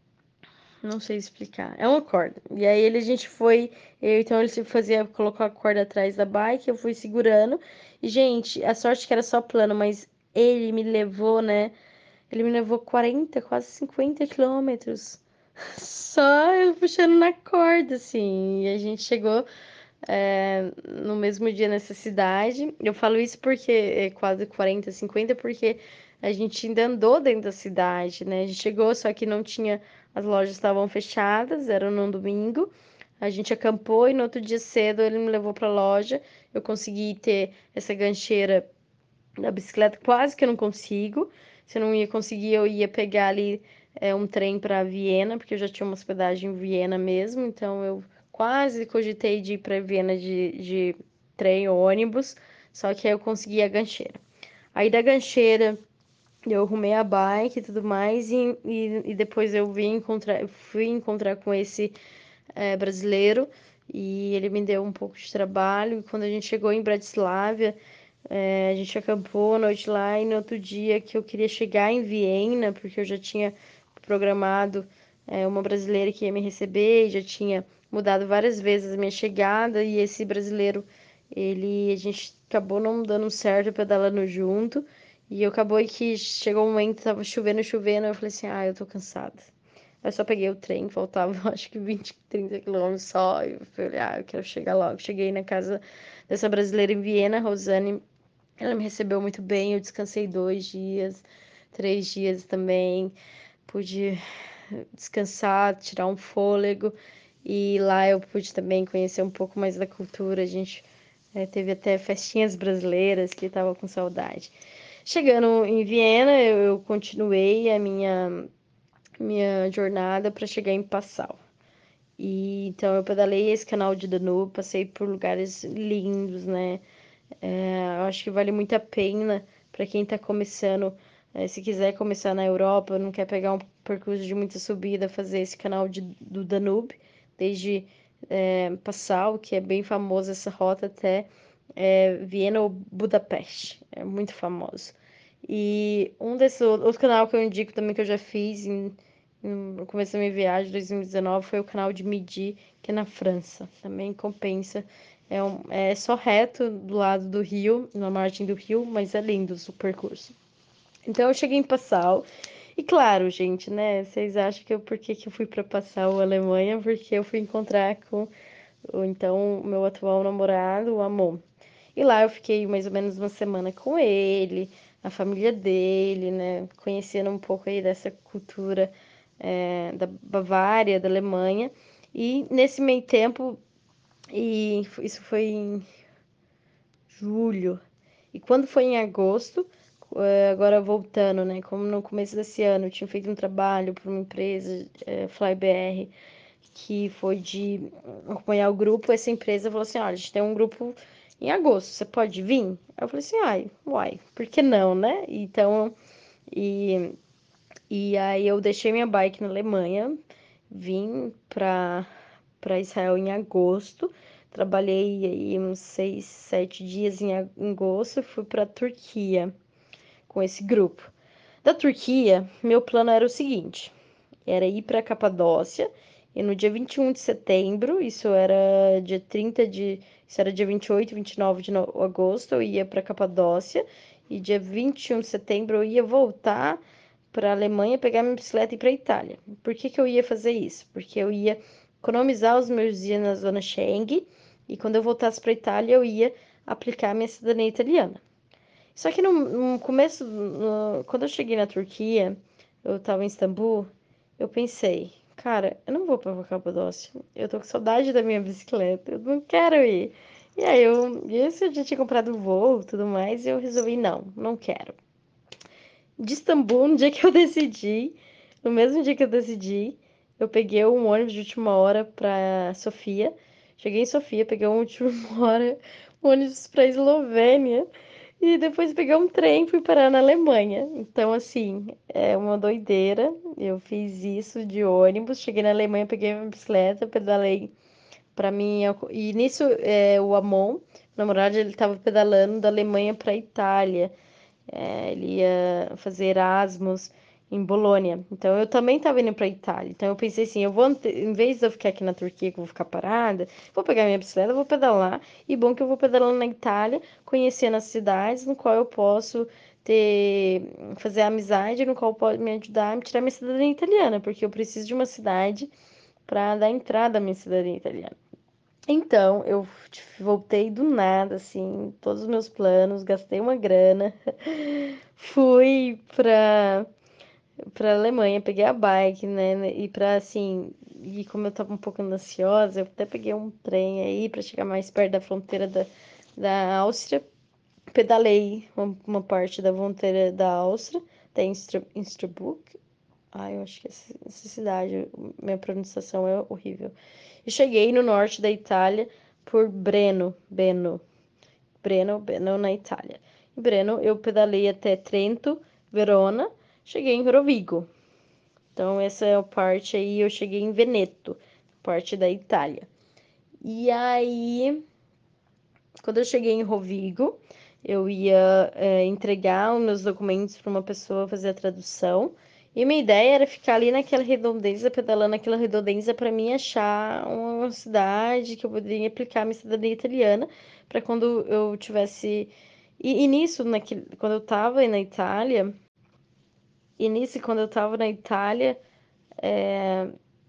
Não sei explicar. É uma corda. E aí ele, a gente foi. Eu, então ele se fazia, colocou a corda atrás da bike, eu fui segurando. E, gente, a sorte que era só plano, mas ele me levou, né? Ele me levou quarenta, quase cinquenta quilômetros. Só eu puxando na corda, assim. E a gente chegou é, no mesmo dia nessa cidade. Eu falo isso porque é quase quarenta, cinquenta, porque a gente ainda andou dentro da cidade, né? A gente chegou, só que não tinha, as lojas estavam fechadas, era num domingo. A gente acampou e no outro dia cedo ele me levou para a loja. Eu consegui ter essa gancheira da bicicleta, quase que eu não consigo. Se eu não ia conseguir, eu ia pegar ali é, um trem para Viena, porque eu já tinha uma hospedagem em Viena mesmo, então eu quase cogitei de ir para Viena de, de trem ou ônibus, só que aí eu consegui a gancheira. Aí da gancheira eu arrumei a bike e tudo mais, e, e, e depois eu vim encontrar, fui encontrar com esse é, brasileiro, e ele me deu um pouco de trabalho. E quando a gente chegou em Bratislava, é, a gente acampou a noite lá, e no outro dia que eu queria chegar em Viena, porque eu já tinha programado é, uma brasileira que ia me receber, e já tinha mudado várias vezes a minha chegada, e esse brasileiro, ele, a gente acabou não dando certo pedalando junto, e eu acabou que chegou um momento, tava chovendo, chovendo, eu falei assim, ah, eu tô cansada. Eu só peguei o trem, faltava acho que vinte, trinta quilômetros só, e eu falei, ah, eu quero chegar logo. Cheguei na casa dessa brasileira em Viena, Rosane, ela me recebeu muito bem, eu descansei dois dias, três dias também, pude descansar, tirar um fôlego, e lá eu pude também conhecer um pouco mais da cultura, a gente eh, teve até festinhas brasileiras que estava com saudade. Chegando em Viena, eu, eu continuei a minha, minha jornada para chegar em Passau. E então eu pedalei esse canal de Danúbio, passei por lugares lindos, né? É, eu acho que vale muito a pena para quem está começando, é, se quiser começar na Europa, não quer pegar um percurso de muita subida, fazer esse canal de, do Danube, desde é, Passau, que é bem famosa essa rota, até é, Viena ou Budapeste, é muito famoso. E um desses outro canal que eu indico também que eu já fiz em, no começo da minha viagem, dois mil e dezenove, foi o canal de Midi, que é na França. Também compensa. É, um, é só reto do lado do rio, na margem do rio, mas é lindo o percurso. Então eu cheguei em Passau. E claro, gente, né? Vocês acham que eu por que, que eu fui para Passau, Alemanha? Porque eu fui encontrar com o então meu atual namorado, o Amor. E lá eu fiquei mais ou menos uma semana com ele, a família dele, né? Conhecendo um pouco aí dessa cultura é, da Bavária, da Alemanha. E nesse meio tempo, e isso foi em julho. E quando foi em agosto, eh, agora voltando, né? Como no começo desse ano eu tinha feito um trabalho para uma empresa, é, FlyBR, que foi de acompanhar o grupo, essa empresa falou assim, olha, a gente tem um grupo em agosto, você pode vir? Aí eu falei assim, ai, uai, por que não, né? Então, e, e aí eu deixei minha bike na Alemanha, vim para para Israel em agosto, trabalhei aí uns seis, sete dias em agosto e fui para a Turquia com esse grupo. Da Turquia, meu plano era o seguinte: era ir para Capadócia e no dia vinte e um de setembro, isso era dia trinta de, isso era dia vinte e oito, vinte e nove de no- agosto, eu ia para Capadócia e dia vinte e um de setembro eu ia voltar para a Alemanha, pegar minha bicicleta e ir para a Itália. Por que que eu ia fazer isso? Porque eu ia economizar os meus dias na zona Schengen e quando eu voltasse para a Itália eu ia aplicar minha cidadania italiana. Só que no, no começo, no- quando eu cheguei na Turquia, eu tava em Istambul, eu pensei, cara, eu não vou pra Capadócia. Eu tô com saudade da minha bicicleta, eu não quero ir. E aí eu, e esse eu já tinha comprado o voo e tudo mais, e eu resolvi, não, não quero. De Istambul, no dia que eu decidi, no mesmo dia que eu decidi, eu peguei um ônibus de última hora pra Sofia. Cheguei em Sofia, peguei um última hora, um ônibus pra Eslovênia. E depois peguei um trem e fui parar na Alemanha. Então, assim, é uma doideira. Eu fiz isso de ônibus. Cheguei na Alemanha, peguei minha bicicleta, pedalei pra mim. E nisso, é, o Amon, o namorado, ele tava pedalando da Alemanha pra Itália. É, ele ia fazer Erasmus em Bolônia. Então eu também estava indo para Itália. Então eu pensei assim, eu vou, em vez de eu ficar aqui na Turquia, que eu vou ficar parada, vou pegar minha bicicleta, vou pedalar. E bom que eu vou pedalando na Itália, conhecendo as cidades no qual eu posso ter fazer amizade, no qual pode me ajudar a me tirar minha cidadania italiana, porque eu preciso de uma cidade para dar entrada à minha cidadania italiana. Então, eu voltei do nada, assim, todos os meus planos, gastei uma grana, fui pra, pra Alemanha, peguei a bike, né, e pra, assim, e como eu tava um pouco ansiosa, eu até peguei um trem aí pra chegar mais perto da fronteira da, da Áustria, pedalei uma, uma parte da fronteira da Áustria, até Instra, Innsbruck, ai, eu acho que essa, essa cidade, minha pronunciação é horrível. E cheguei no norte da Itália por Breno, Beno, Breno, Beno na Itália. Em Breno eu pedalei até Trento, Verona, cheguei em Rovigo. Então essa é a parte aí, eu cheguei em Veneto, parte da Itália. E aí, quando eu cheguei em Rovigo, eu ia é, entregar os meus documentos para uma pessoa fazer a tradução. E minha ideia era ficar ali naquela redondeza, pedalando naquela redondeza para mim achar uma cidade que eu poderia aplicar minha cidadania italiana, para quando eu tivesse. E, e nisso, naquele, quando eu estava na Itália, e nisso, quando eu estava na Itália, é,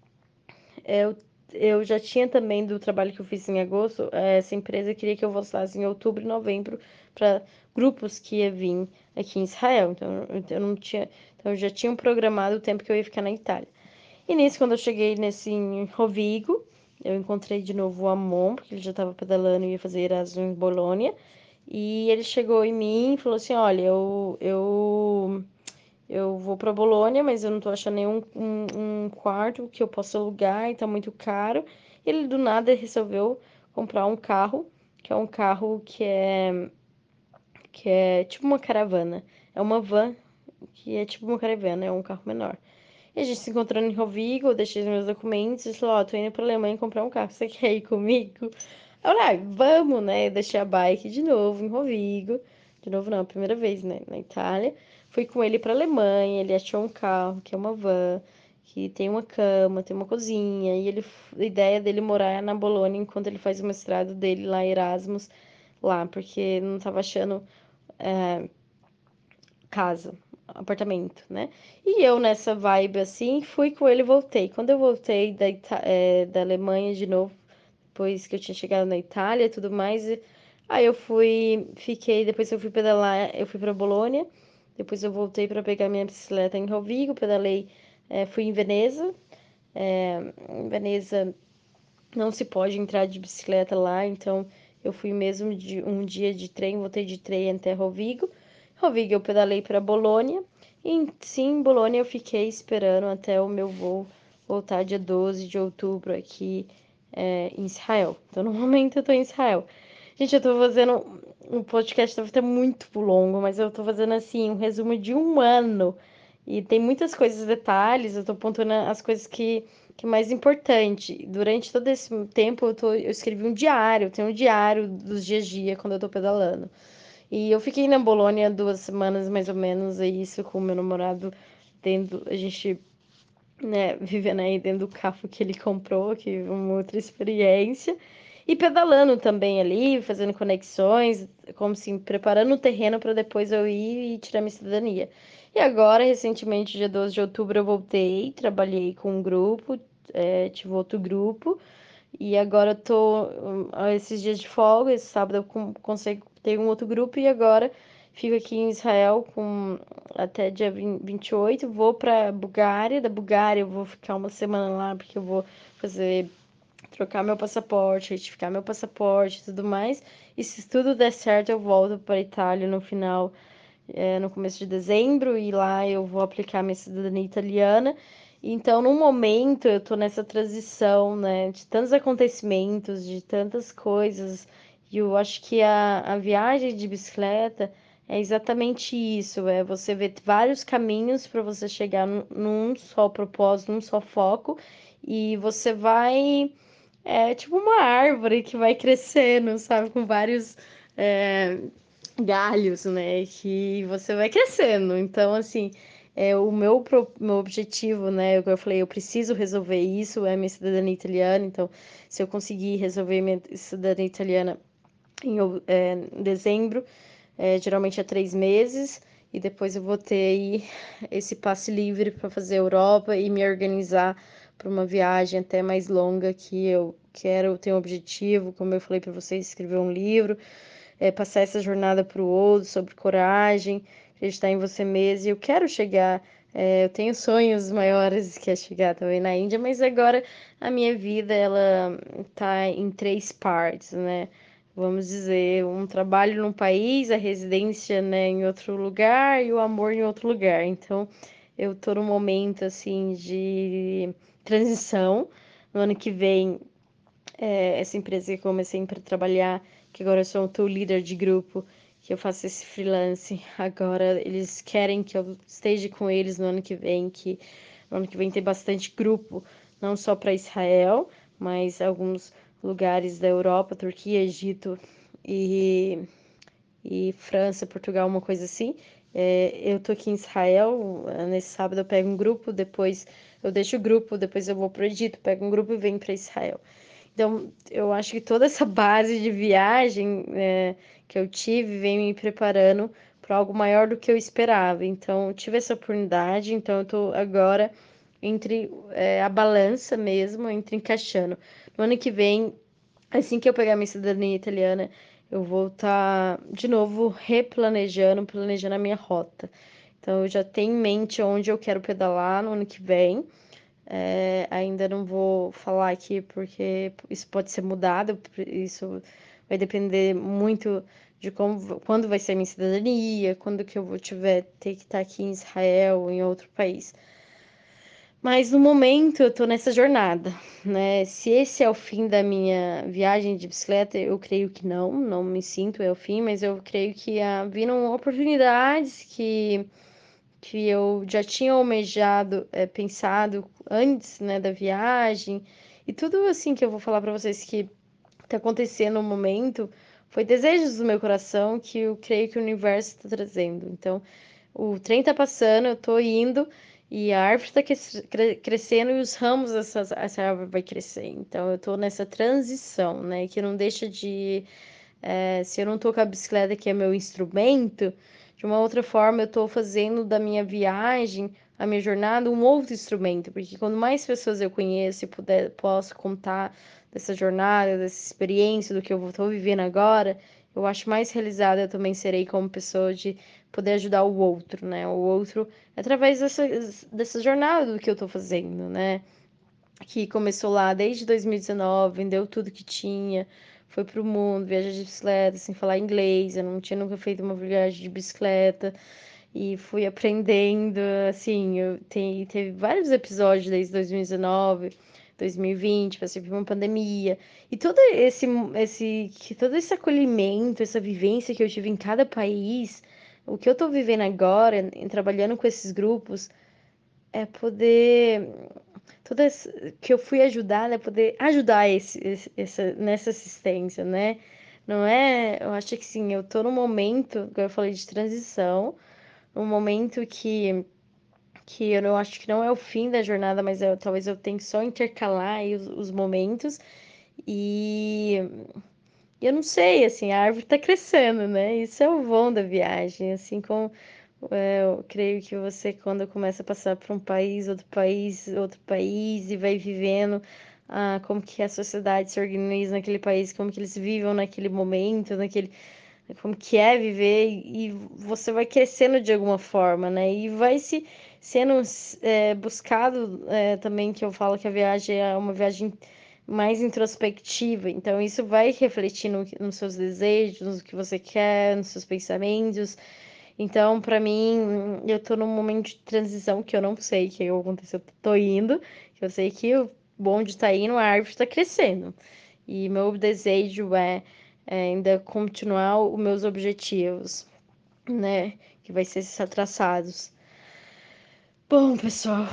eu, eu já tinha também do trabalho que eu fiz em agosto, essa empresa queria que eu voltasse em outubro e novembro para grupos que ia vir aqui em Israel. Então eu não tinha, então eu já tinha programado o tempo que eu ia ficar na Itália. E nisso, quando eu cheguei nesse em Rovigo, eu encontrei de novo o Amon, porque ele já estava pedalando e ia fazer Erasmus em Bolônia. E ele chegou em mim e falou assim: Olha, eu, eu eu vou pra Bolônia, mas eu não tô achando nenhum um, um quarto que eu possa alugar e tá muito caro. E ele do nada resolveu comprar um carro, que é um carro que é que é tipo uma caravana. É uma van que é tipo uma caravana, é um carro menor. E a gente se encontrou em Rovigo, eu deixei os meus documentos e falou, ó, oh, tô indo pra Alemanha comprar um carro, você quer ir comigo? Eu falei, ah, vamos, né? Eu deixei a bike de novo em Rovigo. De novo não, a primeira vez, né? Na Itália. Fui com ele pra Alemanha, ele achou um carro, que é uma van, que tem uma cama, tem uma cozinha. E ele, a ideia dele morar na Bolônia enquanto ele faz o mestrado dele lá, Erasmus, lá, porque não tava achando é, casa, apartamento, né? E eu nessa vibe assim, fui com ele e voltei. Quando eu voltei da, Ita é, da Alemanha de novo, depois que eu tinha chegado na Itália e tudo mais, aí eu fui, fiquei, depois eu fui pedalar, eu fui para Bolônia, depois eu voltei para pegar minha bicicleta em Rovigo, pedalei, é, fui em Veneza, é, em Veneza não se pode entrar de bicicleta lá, então eu fui mesmo de um dia de trem, voltei de trem até Rovigo. Rovigo eu pedalei para Bolônia. E sim, em Bolônia eu fiquei esperando até o meu voo voltar dia doze de outubro aqui é, em Israel. Então no momento eu tô em Israel. Gente, eu tô fazendo um podcast, deve estar muito longo, mas eu tô fazendo assim um resumo de um ano E tem muitas coisas, detalhes, eu tô apontando as coisas que, que é mais importante. Durante todo esse tempo eu, tô, eu escrevi um diário, eu tenho um diário dos dias a dia quando eu tô pedalando. E eu fiquei na Bolônia duas semanas mais ou menos, é isso com o meu namorado, tendo, a gente, né, vivendo aí dentro do carro que ele comprou, que é uma outra experiência. E pedalando também ali, fazendo conexões, como assim, preparando o terreno para depois eu ir e tirar minha cidadania. E agora, recentemente, dia doze de outubro, eu voltei, trabalhei com um grupo, é, tive outro grupo, e agora eu tô, hum, esses dias de folga, esse sábado eu con- consigo ter um outro grupo, e agora fico aqui em Israel com até dia vinte e oito, vou para Bulgária, da Bulgária eu vou ficar uma semana lá, porque eu vou fazer trocar meu passaporte, retificar meu passaporte e tudo mais. E se tudo der certo, eu volto para a Itália no final, é, no começo de dezembro, e lá eu vou aplicar minha cidadania italiana. Então, no momento, eu tô nessa transição, né, de tantos acontecimentos, de tantas coisas, e eu acho que a, a viagem de bicicleta é exatamente isso, é você ver vários caminhos para você chegar num, num só propósito, num só foco, e você vai é tipo uma árvore que vai crescendo, sabe? Com vários é, galhos, né? Que você vai crescendo. Então, assim, é o meu, pro- meu objetivo, né? Como eu falei, eu preciso resolver isso, é minha cidadania italiana. Então, se eu conseguir resolver minha cidadania italiana em, ou- é, em dezembro, é, geralmente é três meses. E depois eu vou ter aí esse passe livre para fazer a Europa e me organizar para uma viagem até mais longa que eu quero ter um objetivo, como eu falei para vocês, escrever um livro, é, passar essa jornada para o outro sobre coragem, acreditar em você mesmo. E eu quero chegar, é, eu tenho sonhos maiores que é chegar também na Índia, mas agora a minha vida ela tá em três partes, né? Vamos dizer, um trabalho num país, a residência, né, em outro lugar e o amor em outro lugar. Então, eu tô num momento assim de transição. No ano que vem, é, essa empresa que eu comecei a trabalhar, que agora eu sou o líder de grupo, que eu faço esse freelance, agora eles querem que eu esteja com eles no ano que vem, que no ano que vem tem bastante grupo, não só para Israel, mas alguns lugares da Europa, Turquia, Egito e, e França, Portugal, uma coisa assim. É, eu tô aqui em Israel, nesse sábado eu pego um grupo, depois eu deixo o grupo, depois eu vou pro Egito, pego um grupo e venho para Israel. Então, eu acho que toda essa base de viagem, né, que eu tive vem me preparando para algo maior do que eu esperava. Então, eu tive essa oportunidade, então eu tô agora entre é, a balança mesmo, entre encaixando. No ano que vem, assim que eu pegar minha cidadania italiana, eu vou estar de novo replanejando, planejando a minha rota. Então, eu já tenho em mente onde eu quero pedalar no ano que vem. É, ainda não vou falar aqui porque isso pode ser mudado, isso vai depender muito de como, quando vai ser minha cidadania, quando que eu vou tiver ter que estar aqui em Israel ou em outro país. Mas no momento eu tô nessa jornada, né? Se esse é o fim da minha viagem de bicicleta, eu creio que não, não me sinto é o fim, mas eu creio que ah, viram oportunidades que que eu já tinha almejado, é, pensado antes, né, da viagem. E tudo assim que eu vou falar para vocês que tá acontecendo no momento foi desejos do meu coração que eu creio que o universo está trazendo. Então, o trem tá passando, eu tô indo e a árvore tá cres- crescendo e os ramos dessa essa árvore vai crescer. Então, eu tô nessa transição, né, que não deixa de é, se eu não tô com a bicicleta, que é meu instrumento, de uma outra forma eu tô fazendo da minha viagem, a minha jornada, um outro instrumento, porque quando mais pessoas eu conheço e puder, posso contar dessa jornada, dessa experiência, do que eu estou vivendo agora, eu acho mais realizada eu também serei como pessoa de poder ajudar o outro, né? O outro através dessa, dessa jornada do que eu tô fazendo, né? Que começou lá desde dois mil e dezenove, vendeu tudo que tinha, foi pro mundo, viaja de bicicleta, sem falar inglês, eu não tinha nunca feito uma viagem de bicicleta, e fui aprendendo, assim, eu tem, teve vários episódios desde dois mil e dezenove, dois mil e vinte, passei por uma pandemia, e todo esse, esse, que todo esse acolhimento, essa vivência que eu tive em cada país, o que eu tô vivendo agora, em trabalhando com esses grupos, é poder toda essa- que eu fui ajudada é poder ajudar esse, esse- essa, nessa assistência, né? Não é, eu acho que sim, eu tô num momento, que eu falei de transição, um momento que que eu não acho que não é o fim da jornada, mas eu, talvez eu tenha que só intercalar aí os, os momentos e eu não sei, assim, a árvore tá crescendo, né? Isso é o bom da viagem, assim como é, eu creio que você, quando começa a passar por um país, outro país, outro país, e vai vivendo ah, como que a sociedade se organiza naquele país, como que eles vivem naquele momento, naquele, como que é viver, e você vai crescendo de alguma forma, né? E vai se sendo é, buscado é, também, que eu falo que a viagem é uma viagem mais introspectiva, então isso vai refletir no, nos seus desejos, no que você quer, nos seus pensamentos. Então, pra mim, eu tô num momento de transição que eu não sei o que aconteceu. Eu tô indo, eu sei que o bonde tá indo, a árvore tá crescendo. E meu desejo é, é ainda continuar os meus objetivos, né? Que vai ser traçados. Bom, pessoal,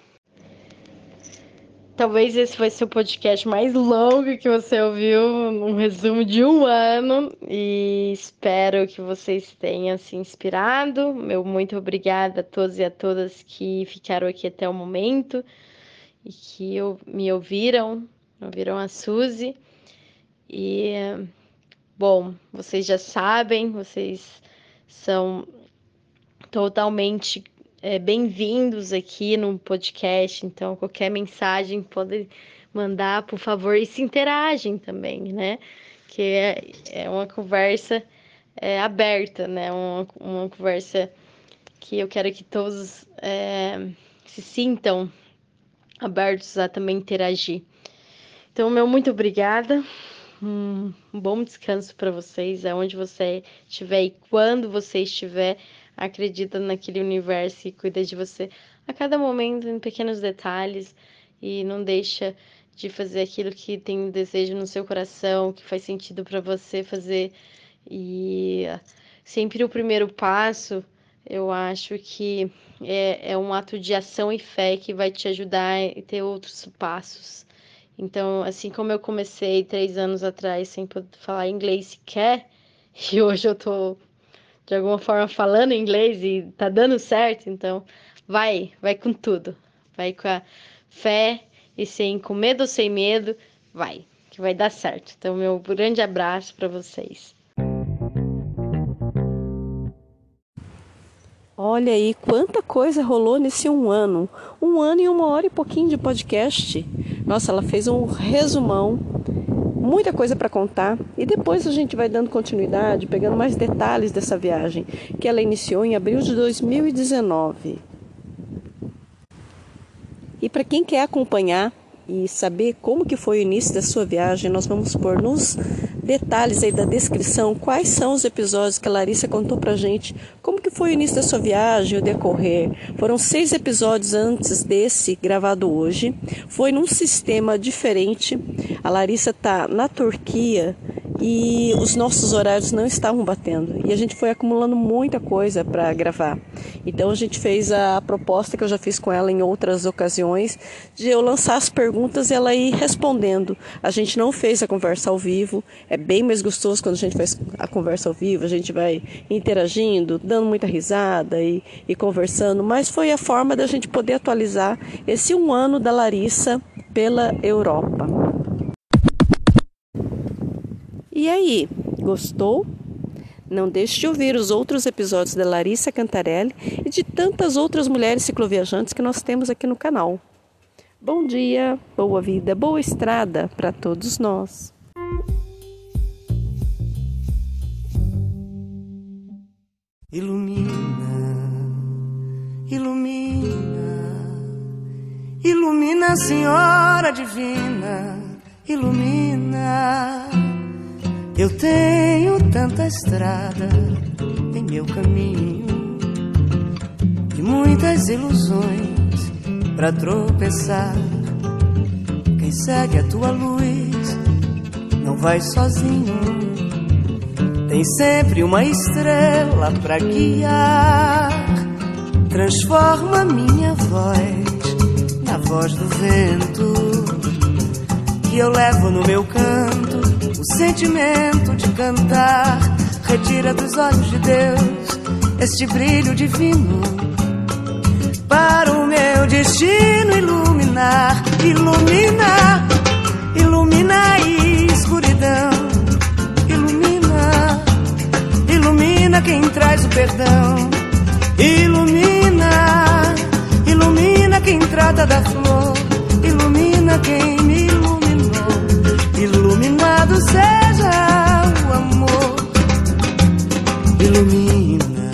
talvez esse vai ser o podcast mais longo que você ouviu, um resumo de um ano, e espero que vocês tenham se inspirado. Meu muito obrigada a todos e a todas que ficaram aqui até o momento e que eu, me ouviram, ouviram a Suzy. E, bom, vocês já sabem, vocês são totalmente é, bem-vindos aqui no podcast, então qualquer mensagem pode mandar, por favor, e se interagem também, né? Que é, é uma conversa é, aberta, né? Uma, uma conversa que eu quero que todos é, se sintam abertos a também interagir. Então, meu muito obrigada. Um bom descanso para vocês, aonde você estiver e quando você estiver. Acredita naquele universo e cuida de você a cada momento, em pequenos detalhes, e não deixa de fazer aquilo que tem um desejo no seu coração, que faz sentido para você fazer. E sempre o primeiro passo, eu acho que é, é um ato de ação e fé que vai te ajudar a ter outros passos. Então, assim como eu comecei três anos atrás sem poder falar inglês sequer, e hoje eu tô de alguma forma falando inglês e tá dando certo, então vai, vai com tudo. Vai com a fé e sem com medo ou sem medo, vai, que vai dar certo. Então, meu grande abraço para vocês. Olha aí quanta coisa rolou nesse um ano. Um ano e uma hora e pouquinho de podcast. Nossa, ela fez um resumão. Muita coisa para contar. E depois a gente vai dando continuidade, pegando mais detalhes dessa viagem, que ela iniciou em abril de dois mil e dezenove. E para quem quer acompanhar e saber como que foi o início da sua viagem, nós vamos pôr nos detalhes aí da descrição quais são os episódios que a Larissa contou pra gente, como que foi o início da sua viagem, o decorrer. Foram seis episódios antes desse gravado hoje, foi num sistema diferente. A Larissa tá na Turquia e os nossos horários não estavam batendo e a gente foi acumulando muita coisa para gravar. Então a gente fez a proposta que eu já fiz com ela em outras ocasiões, de eu lançar as perguntas e ela ir respondendo. A gente não fez a conversa ao vivo, é bem mais gostoso quando a gente faz a conversa ao vivo, a gente vai interagindo, dando muita risada e, e conversando, mas foi a forma da gente poder atualizar esse um ano da Larissa pela Europa. E aí, gostou? Não deixe de ouvir os outros episódios da Larissa Cantarelli e de tantas outras mulheres cicloviajantes que nós temos aqui no canal. Bom dia, boa vida, boa estrada para todos nós. Ilumina, ilumina, ilumina, Senhora Divina, ilumina. Eu tenho tanta estrada em meu caminho e muitas ilusões pra tropeçar. Quem segue a tua luz não vai sozinho. tem sempre uma estrela pra guiar. Transforma minha voz na voz do vento, que eu levo no meu canto o sentimento de cantar. Retira dos olhos de Deus este brilho divino, para o meu destino iluminar. Ilumina, ilumina a escuridão. Ilumina, ilumina quem traz o perdão. Ilumina, ilumina quem trata da flor. Ilumina quem me iluminou. Iluminado seja o amor. Ilumina,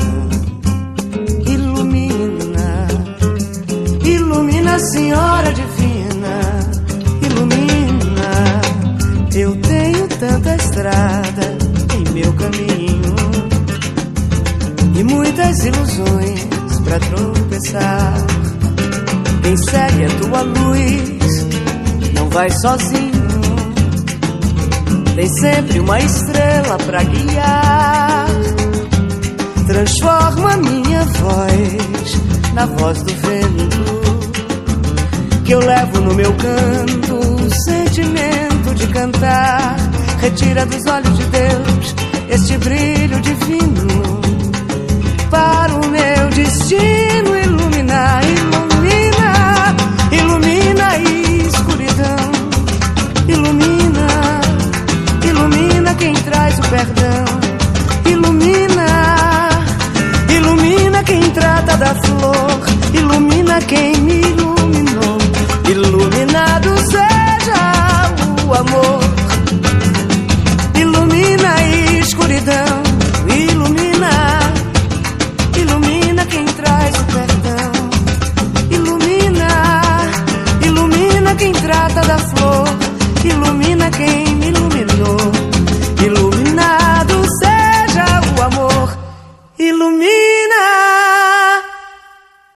ilumina, ilumina, Senhora Divina. Ilumina, eu tenho tanta estrada em meu caminho e muitas ilusões pra tropeçar. Quem segue a tua luz não vai sozinho, tem sempre uma estrela pra guiar. Transforma minha voz na voz do vento, que eu levo no meu canto o sentimento de cantar. Retira dos olhos de Deus este brilho divino, para o meu destino iluminar. Ilumina, ilumina a escuridão. Ilumina, ilumina quem traz o perdão. Ilumina, ilumina quem trata da flor. Ilumina quem me iluminou. Iluminado seja o amor. Ilumina a escuridão. Ilumina, ilumina quem traz o perdão. Ilumina, ilumina quem trata da flor. Ilumina quem